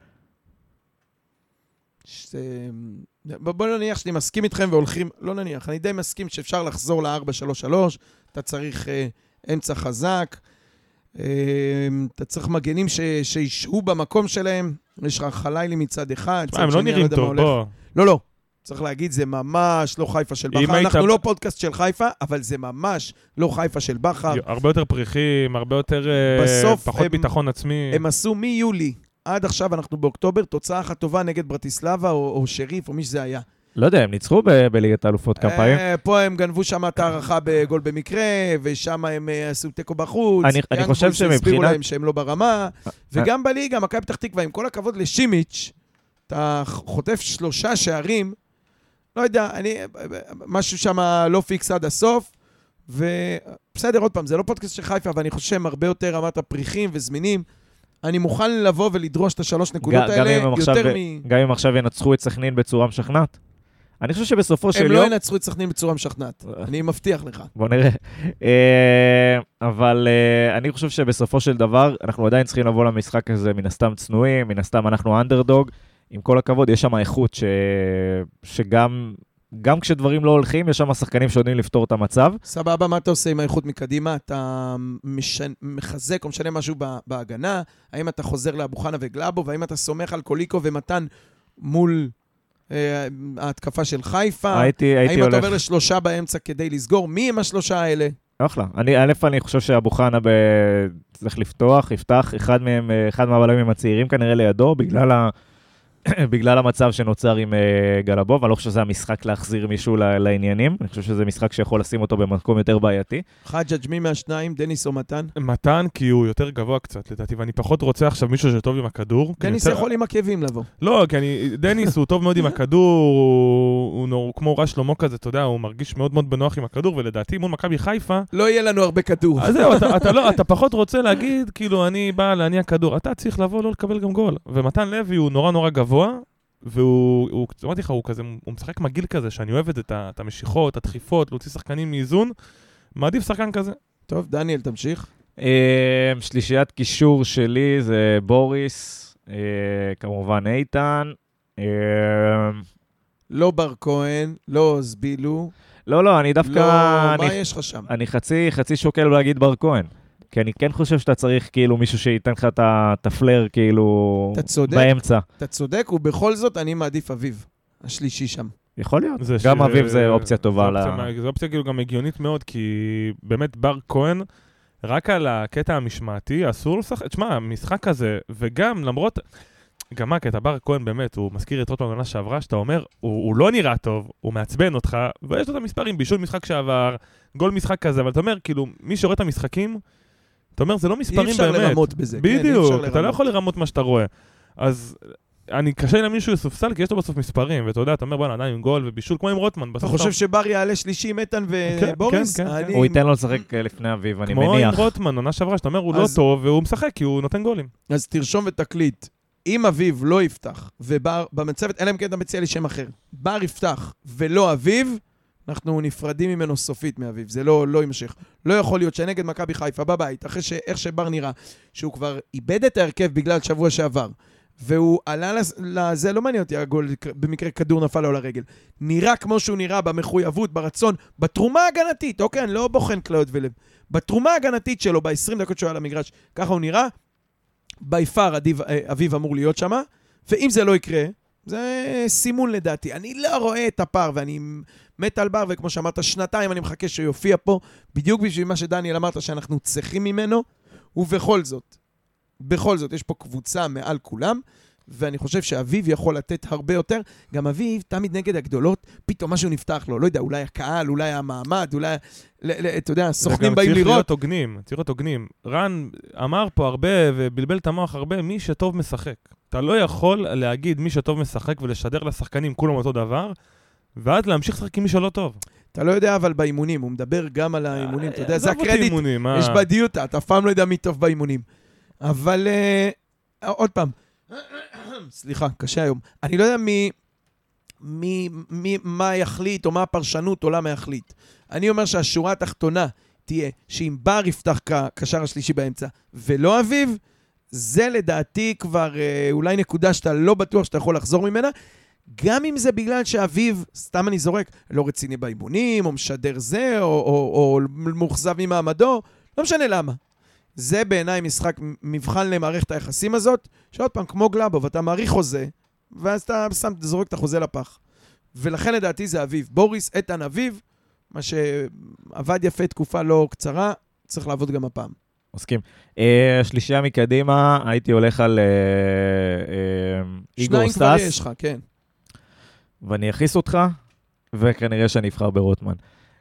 ש... בוא נניח שאני מסכים איתכם והולכים, לא נניח, אני די מסכים שאפשר לחזור ל-ארבע שלוש שלוש, אתה צריך אה, אמצע חזק, אה, אתה צריך מגנים ש... שישהו במקום שלהם, יש לך חלילי מצד אחד,
מה, הם לא נראים טוב, בוא.
לא, לא. צריך להגיד, זה ממש לא חיפה של בחר. אנחנו לא פודקאסט של חיפה, אבל זה ממש לא חיפה של בחר.
הרבה יותר פריחים, הרבה יותר פחות ביטחון עצמי.
הם עשו מיולי עד עכשיו, אנחנו באוקטובר, תוצאה אחת טובה נגד ברטיסלבה או שריף או מי שזה היה.
לא יודע, הם ניצחו בליגת האלופות כמה פעמים.
פה הם גנבו שם את הערכה בגול במקרה, ושם הם עשו טקו בחוץ.
אני חושב
שהסבירו להם שהם לא ברמה. וגם בליגה, מכבי פתח תקווה, עם כל הכבוד לשימיץ', אתה חוטף שלושה שערים, לא יודע, אני, משהו שם לא פיקס עד הסוף, ובסדר, עוד פעם, זה לא פודקאסט של חיפה, אבל אני חושב שהם הרבה יותר רמת הפריחים וזמינים. אני מוכן לבוא ולדרוש את השלוש נקודות האלה יותר מ...
גם אם עכשיו ינצחו את סכנין בצורה משכנעת. אני חושב שבסופו של יום...
הם לא ינצחו את סכנין בצורה משכנעת, אני מבטיח לך.
בוא נראה. אבל אני חושב שבסופו של דבר, אנחנו עדיין צריכים לבוא למשחק הזה מן הסתם צנועים, מן הסתם אנחנו אנדרדוג, עם כל הכבוד, יש שם איכות ש... שגם גם כשדברים לא הולכים, יש שם שחקנים שיודעים לפתור את המצב.
סבבה, מה אתה עושה עם האיכות מקדימה? אתה מש... מחזק או משנה משהו בהגנה? האם אתה חוזר לאבו חנה וגלאבו? והאם אתה סומך על קוליקו ומתן מול אה, ההתקפה של חיפה?
הייתי, הייתי
האם
הולך...
אתה עובר לשלושה באמצע כדי לסגור? מי הם השלושה האלה?
אחלה. אני, א', אני חושב שאבו חנה ב... צריך לפתוח, יפתח אחד מהם, אחד מהבלמים הצעירים כנראה לידו, בגלל ה... בגלל המצב שנוצר עם uh, גלבוב, אני לא חושב שזה המשחק להחזיר מישהו לעניינים, אני חושב שזה משחק שיכול לשים אותו במקום יותר בעייתי.
חג'ג' מי מהשניים, דניס או מתן?
מתן, כי הוא יותר גבוה קצת, לדעתי, ואני פחות רוצה עכשיו מישהו שטוב עם הכדור.
דניס
יותר...
יכול עם עקבים לבוא.
לא, כי אני, דניס הוא טוב מאוד עם הכדור, הוא, הוא, הוא כמו רש שלמה כזה, אתה יודע, הוא מרגיש מאוד מאוד בנוח עם הכדור, ולדעתי, מול מכבי חיפה...
לא יהיה לנו הרבה כדור.
אז זהו, אתה, אתה, לא, אתה פחות רוצה להגיד, כאילו, אני בא להניע כדור. אתה צריך לבוא, לא לקבל גם גול. ומתן לוי הוא נורא נורא גבוה, והוא, הוא, אמרתי לך, הוא כזה, הוא משחק מגיל כזה, שאני אוהבת את, את המשיכות, הדחיפות, להוציא שחקנים מאיזון, מעדיף שחקן כזה.
טוב, דניאל, תמשיך.
שלישיית קישור שלי זה בוריס, כמובן איתן.
לא בר כהן, לא זבילו.
לא, לא, אני דווקא...
לא,
אני,
מה יש לך שם?
אני חצי, חצי שוקל להגיד בר כהן. כי אני כן חושב שאתה צריך כאילו מישהו שייתן לך את הפלר כאילו
אתה צודק.
באמצע.
אתה צודק, ובכל זאת אני מעדיף אביב, השלישי שם.
יכול להיות.
זה
גם
ש-
אביב זה אופציה טובה.
זה
ל-
אופציה, זו אופציה כאילו גם הגיונית מאוד, כי באמת בר כהן, רק על הקטע המשמעתי, אסור לשחק, תשמע, המשחק הזה, וגם למרות, גם מה הקטע, בר כהן באמת, הוא מזכיר את רוטמן עונה שעברה, שאתה אומר, הוא, הוא לא נראה טוב, הוא מעצבן אותך, ויש לו את המספרים, בישול משחק שעבר, גול משחק כזה, אבל אתה אומר, כאילו, מי שרואה את המשחקים, אתה אומר, זה לא מספרים
אי
באמת.
אפשר לרמות בזה. כן, אי
בדיוק,
אפשר
אתה
לרמות.
לא יכול לרמות מה שאתה רואה. אז אני קשה לי למישהו יסופסל, כי יש לו בסוף מספרים, ואתה יודע, אתה אומר, בוא'נה, עדיין עם גול ובישול, כמו עם רוטמן.
אתה חושב שבר יעלה שלישי עם איתן ובוריס?
כן, כן,
אני-
הוא ייתן לו לשחק לפני אביב, אני
כמו
מניח.
עם רוטמן, עונה שעברה, שאתה אומר, הוא לא
אז-
טוב, והוא משחק, כי הוא נותן גולים.
אז תרשום ותקליט. אם אביב לא יפתח, ובר במצבת, אלא אם כן אתה מציע לי שם אחר, בר יפתח ולא אביב, אנחנו נפרדים ממנו סופית מאביב. זה לא, לא יימשך. לא יכול להיות שנגד מכבי חיפה בבית, אחרי שאיך שבר נראה, שהוא כבר איבד את ההרכב בגלל שבוע שעבר, והוא עלה לזה, לא מעניין אותי, הגול, במקרה כדור נפל לו לרגל. נראה כמו שהוא נראה במחויבות, ברצון, בתרומה הגנתית, אוקיי, אני לא בוחן כליות ולב. בתרומה הגנתית שלו, ב-עשרים דקות שהוא על המגרש, ככה הוא נראה, ביפר אביב אמור להיות שם, ואם זה לא יקרה, זה סימון לדעתי. אני לא רואה את הפער, ואני מת על בר, וכמו שאמרת, שנתיים אני מחכה שיופיע פה, בדיוק בשביל מה שדניאל אמרת, שאנחנו צריכים ממנו, ובכל זאת, בכל זאת, יש פה קבוצה מעל כולם, ואני חושב שאביב יכול לתת הרבה יותר. גם אביב, תמיד נגד הגדולות, פתאום משהו נפתח לו, לא יודע, אולי הקהל, אולי המעמד, אולי, אתה יודע, סוכנים באים
צריך
לראות.
להיות הוגנים, צריך להיות הוגנים. רן אמר פה הרבה, ובלבל את המוח הרבה, מי שטוב משחק. אתה לא יכול להגיד מי שטוב משחק, ולשדר לשחקנים כולם אותו דבר, ואז להמשיך לשחק עם מי שלא טוב.
אתה לא יודע, אבל באימונים, הוא מדבר גם על האימונים, אתה יודע, זה הקרדיט, יש בדיוטה, אתה אף פעם לא יודע מי טוב באימונים. אבל עוד פעם, סליחה, קשה היום, אני לא יודע מי, מי, מי, מה יחליט, או מה הפרשנות, או למה יחליט. אני אומר שהשורה התחתונה תהיה, שאם בר יפתח כקשר השלישי באמצע, ולא אביב, זה לדעתי כבר אולי נקודה שאתה לא בטוח שאתה יכול לחזור ממנה, גם אם זה בגלל שאביב, סתם אני זורק, לא רציני באימונים, או משדר זה, או, או, או מוחזב ממעמדו, לא משנה למה. זה בעיניי משחק מבחן למערכת היחסים הזאת, שעוד פעם, כמו גלאבוב, אתה מעריך חוזה, ואז אתה שם, זורק את החוזה לפח. ולכן לדעתי זה אביב. בוריס, איתן אביב, מה שעבד יפה תקופה לא קצרה, צריך לעבוד גם הפעם.
מסכים. שלישייה מקדימה, הייתי הולך על איגור סטאס.
שניים כבר יש לך, כן.
ואני אכניס אותך, וכנראה שאני אבחר ברוטמן.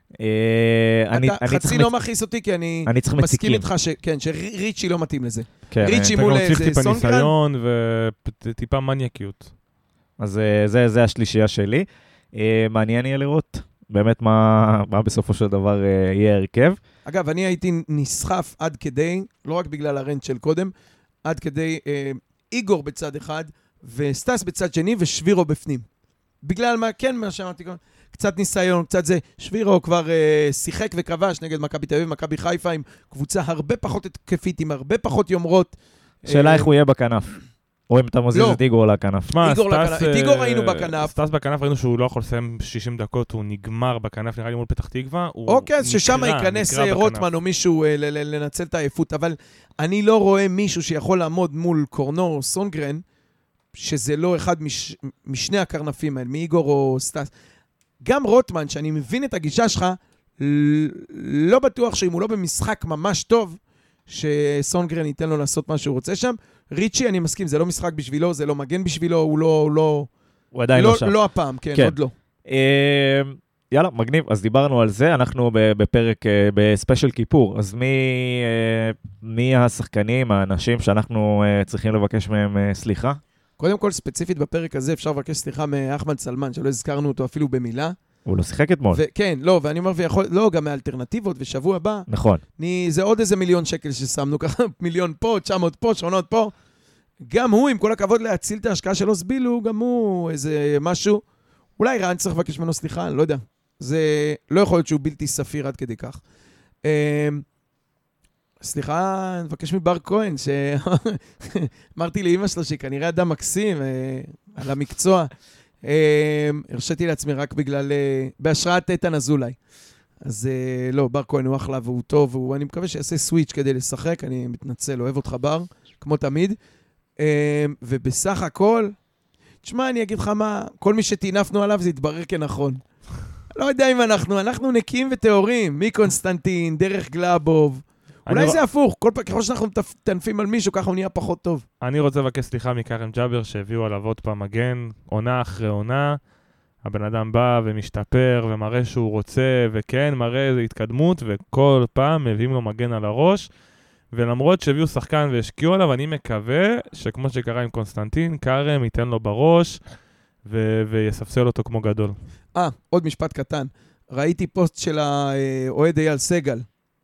חצי לא מכניס אותי, כי אני מסכים איתך שריצ'י לא מתאים לזה. ריצ'י מול
איזה סונגרן. אתה גם צריך טיפה ניסיון וטיפה מניאקיות.
אז זה השלישייה שלי. מעניין יהיה לראות באמת מה בסופו של דבר יהיה הרכב.
אגב, אני הייתי נסחף עד כדי, לא רק בגלל הרנט של קודם, עד כדי איגור בצד אחד, וסטאס בצד שני, ושבירו בפנים. בגלל מה, כן, מה שאמרתי קודם, קצת ניסיון, קצת זה, שבירו כבר אה, שיחק וכבש נגד מכבי תל אביב, מכבי חיפה, עם קבוצה הרבה פחות התקפית, עם הרבה פחות יומרות.
שאלה אה, איך הוא יהיה בכנף. או אם אתה מוזיז לא. את איגור לכנף.
שמה, איגור סטס, לכנף. את איגור ראינו בכנף.
סטס בכנף ראינו שהוא לא יכול לסיים שישים דקות, הוא נגמר בכנף, נראה לי מול פתח תקווה.
אוקיי, אז ששם ייכנס רוטמן או מישהו אה, ל- ל- לנצל את העייפות, אבל אני לא רואה מישהו שיכול לעמוד מול קורנו או סונגרן, שזה לא אחד מש, משני הקרנפים האלה, מאיגור או סטס. גם רוטמן, שאני מבין את הגישה שלך, לא בטוח שאם הוא לא במשחק ממש טוב, שסונגרן ייתן לו לעשות מה שהוא רוצה שם. ריצ'י, אני מסכים, זה לא משחק בשבילו, זה לא מגן בשבילו, הוא לא... הוא, לא,
הוא עדיין לא,
לא
שם.
לא הפעם, כן, כן. עוד לא.
אה, יאללה, מגניב. אז דיברנו על זה, אנחנו בפרק, בספיישל כיפור. אז מי, מי השחקנים, האנשים שאנחנו צריכים לבקש מהם סליחה?
קודם כל, ספציפית בפרק הזה, אפשר לבקש סליחה מאחמד סלמן, שלא הזכרנו אותו אפילו במילה.
הוא לא שיחק אתמול.
כן, לא, ואני אומר, ויכול, לא, גם מאלטרנטיבות, ושבוע הבא.
נכון.
אני, זה עוד איזה מיליון שקל ששמנו ככה, מיליון פה, תשע מאות פה, שונות פה. גם הוא, עם כל הכבוד להציל את ההשקעה שלו סבילו, גם הוא איזה משהו. אולי רן צריך לבקש ממנו סליחה, אני לא יודע. זה לא יכול להיות שהוא בלתי ספיר עד כדי כך. סליחה, אני מבקש מבר כהן, שאמרתי לאמא שלו שכנראה אדם מקסים על המקצוע. הרשיתי לעצמי רק בגלל, בהשראת איתן אזולאי. אז לא, בר כהן הוא אחלה והוא טוב, ואני מקווה שיעשה סוויץ' כדי לשחק, אני מתנצל, אוהב אותך בר, כמו תמיד. ובסך הכל, תשמע, אני אגיד לך מה, כל מי שתינפנו עליו זה יתברר כנכון. לא יודע אם אנחנו, אנחנו נקיים וטהורים, מקונסטנטין, דרך גלאבוב. אולי זה הפוך, כל פעם, ככל שאנחנו תנפים על מישהו, ככה הוא נהיה פחות טוב.
אני רוצה לבקש סליחה מקרם ג'אבר, שהביאו עליו עוד פעם מגן, עונה אחרי עונה. הבן אדם בא ומשתפר ומראה שהוא רוצה, וכן, מראה איזו התקדמות, וכל פעם מביאים לו מגן על הראש. ולמרות שהביאו שחקן והשקיעו עליו, אני מקווה שכמו שקרה עם קונסטנטין, קרם ייתן לו בראש ו- ויספסל אותו כמו גדול.
אה, עוד משפט קטן. ראיתי פוסט של האוהד אייל סגל,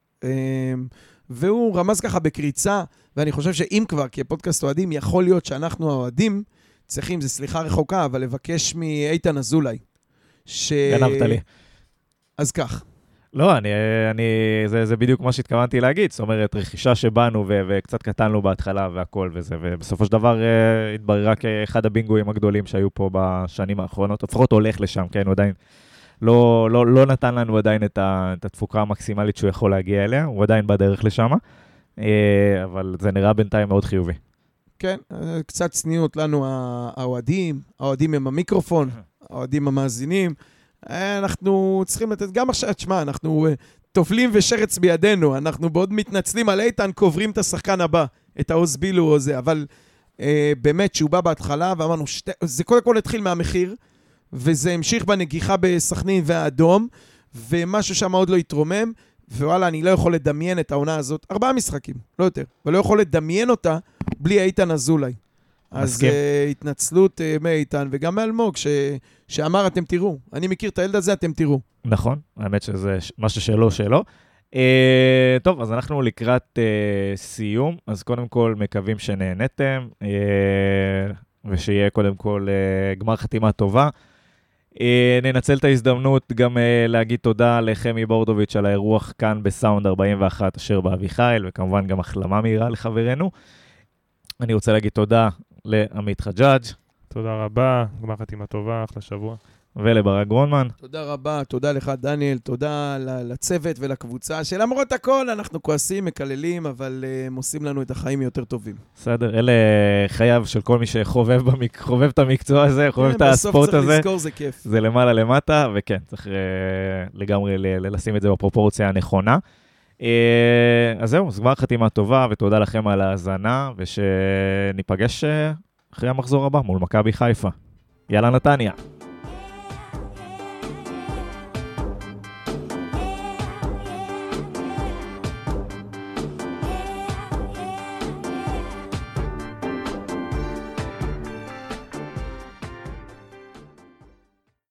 והוא רמז ככה בקריצה, ואני חושב שאם כבר, כפודקאסט אוהדים, יכול להיות שאנחנו האוהדים צריכים, זה סליחה רחוקה, אבל לבקש מאיתן אזולאי. ש...
גנבת לי.
אז כך.
לא, אני, אני, זה, זה בדיוק מה שהתכוונתי להגיד, זאת אומרת, רכישה שבאנו ו, וקצת קטנו בהתחלה והכל וזה, ובסופו של דבר uh, התבררה כאחד הבינגויים הגדולים שהיו פה בשנים האחרונות, לפחות הולך לשם, כן, הוא עדיין לא, לא, לא נתן לנו עדיין את, ה, את התפוקה המקסימלית שהוא יכול להגיע אליה, הוא עדיין בדרך לשם, uh, אבל זה נראה בינתיים מאוד חיובי.
כן, קצת צניעות לנו האוהדים, האוהדים עם המיקרופון, האוהדים המאזינים, אנחנו צריכים לתת, גם עכשיו, תשמע, אנחנו תופלים ושרץ בידינו, אנחנו בעוד מתנצלים על איתן, קוברים את השחקן הבא, את האוס בילו או זה, אבל אה, באמת שהוא בא בהתחלה, ואמרנו, שתי, זה קודם כל התחיל מהמחיר, וזה המשיך בנגיחה בסכנין והאדום, ומשהו שם עוד לא התרומם, ווואלה, אני לא יכול לדמיין את העונה הזאת, ארבעה משחקים, לא יותר, ולא יכול לדמיין אותה בלי איתן אזולאי. אז uh, התנצלות uh, מאיתן, וגם מאלמוג, ש... שאמר, אתם תראו. אני מכיר את הילד הזה, אתם תראו.
נכון, האמת שזה משהו שלו, שלו. Uh, טוב, אז אנחנו לקראת uh, סיום, אז קודם כל מקווים שנהנתם, uh, ושיהיה קודם כל uh, גמר חתימה טובה. Uh, ננצל את ההזדמנות גם uh, להגיד תודה לחמי בורדוביץ' על האירוח כאן בסאונד ארבעים ואחת אשר באביחיל, וכמובן גם החלמה מהירה לחברנו. אני רוצה להגיד תודה לעמית חג'אג'.
תודה רבה, גמר חתימה טובה, אחלה שבוע.
ולברק גרונמן.
תודה רבה, תודה לך דניאל, תודה לצוות ולקבוצה, שלמרות הכל אנחנו כועסים, מקללים, אבל הם עושים לנו את החיים יותר טובים.
בסדר, אלה חייו של כל מי שחובב במק... חובב את המקצוע הזה, חובב את הספורט הזה.
בסוף צריך לזכור, זה כיף.
זה למעלה למטה, וכן, צריך לגמרי לשים את זה בפרופורציה הנכונה. אז זהו, אז גמר חתימה טובה, ותודה לכם על ההאזנה, ושניפגש אחרי המחזור הבא מול מכבי חיפה. יאללה נתניה.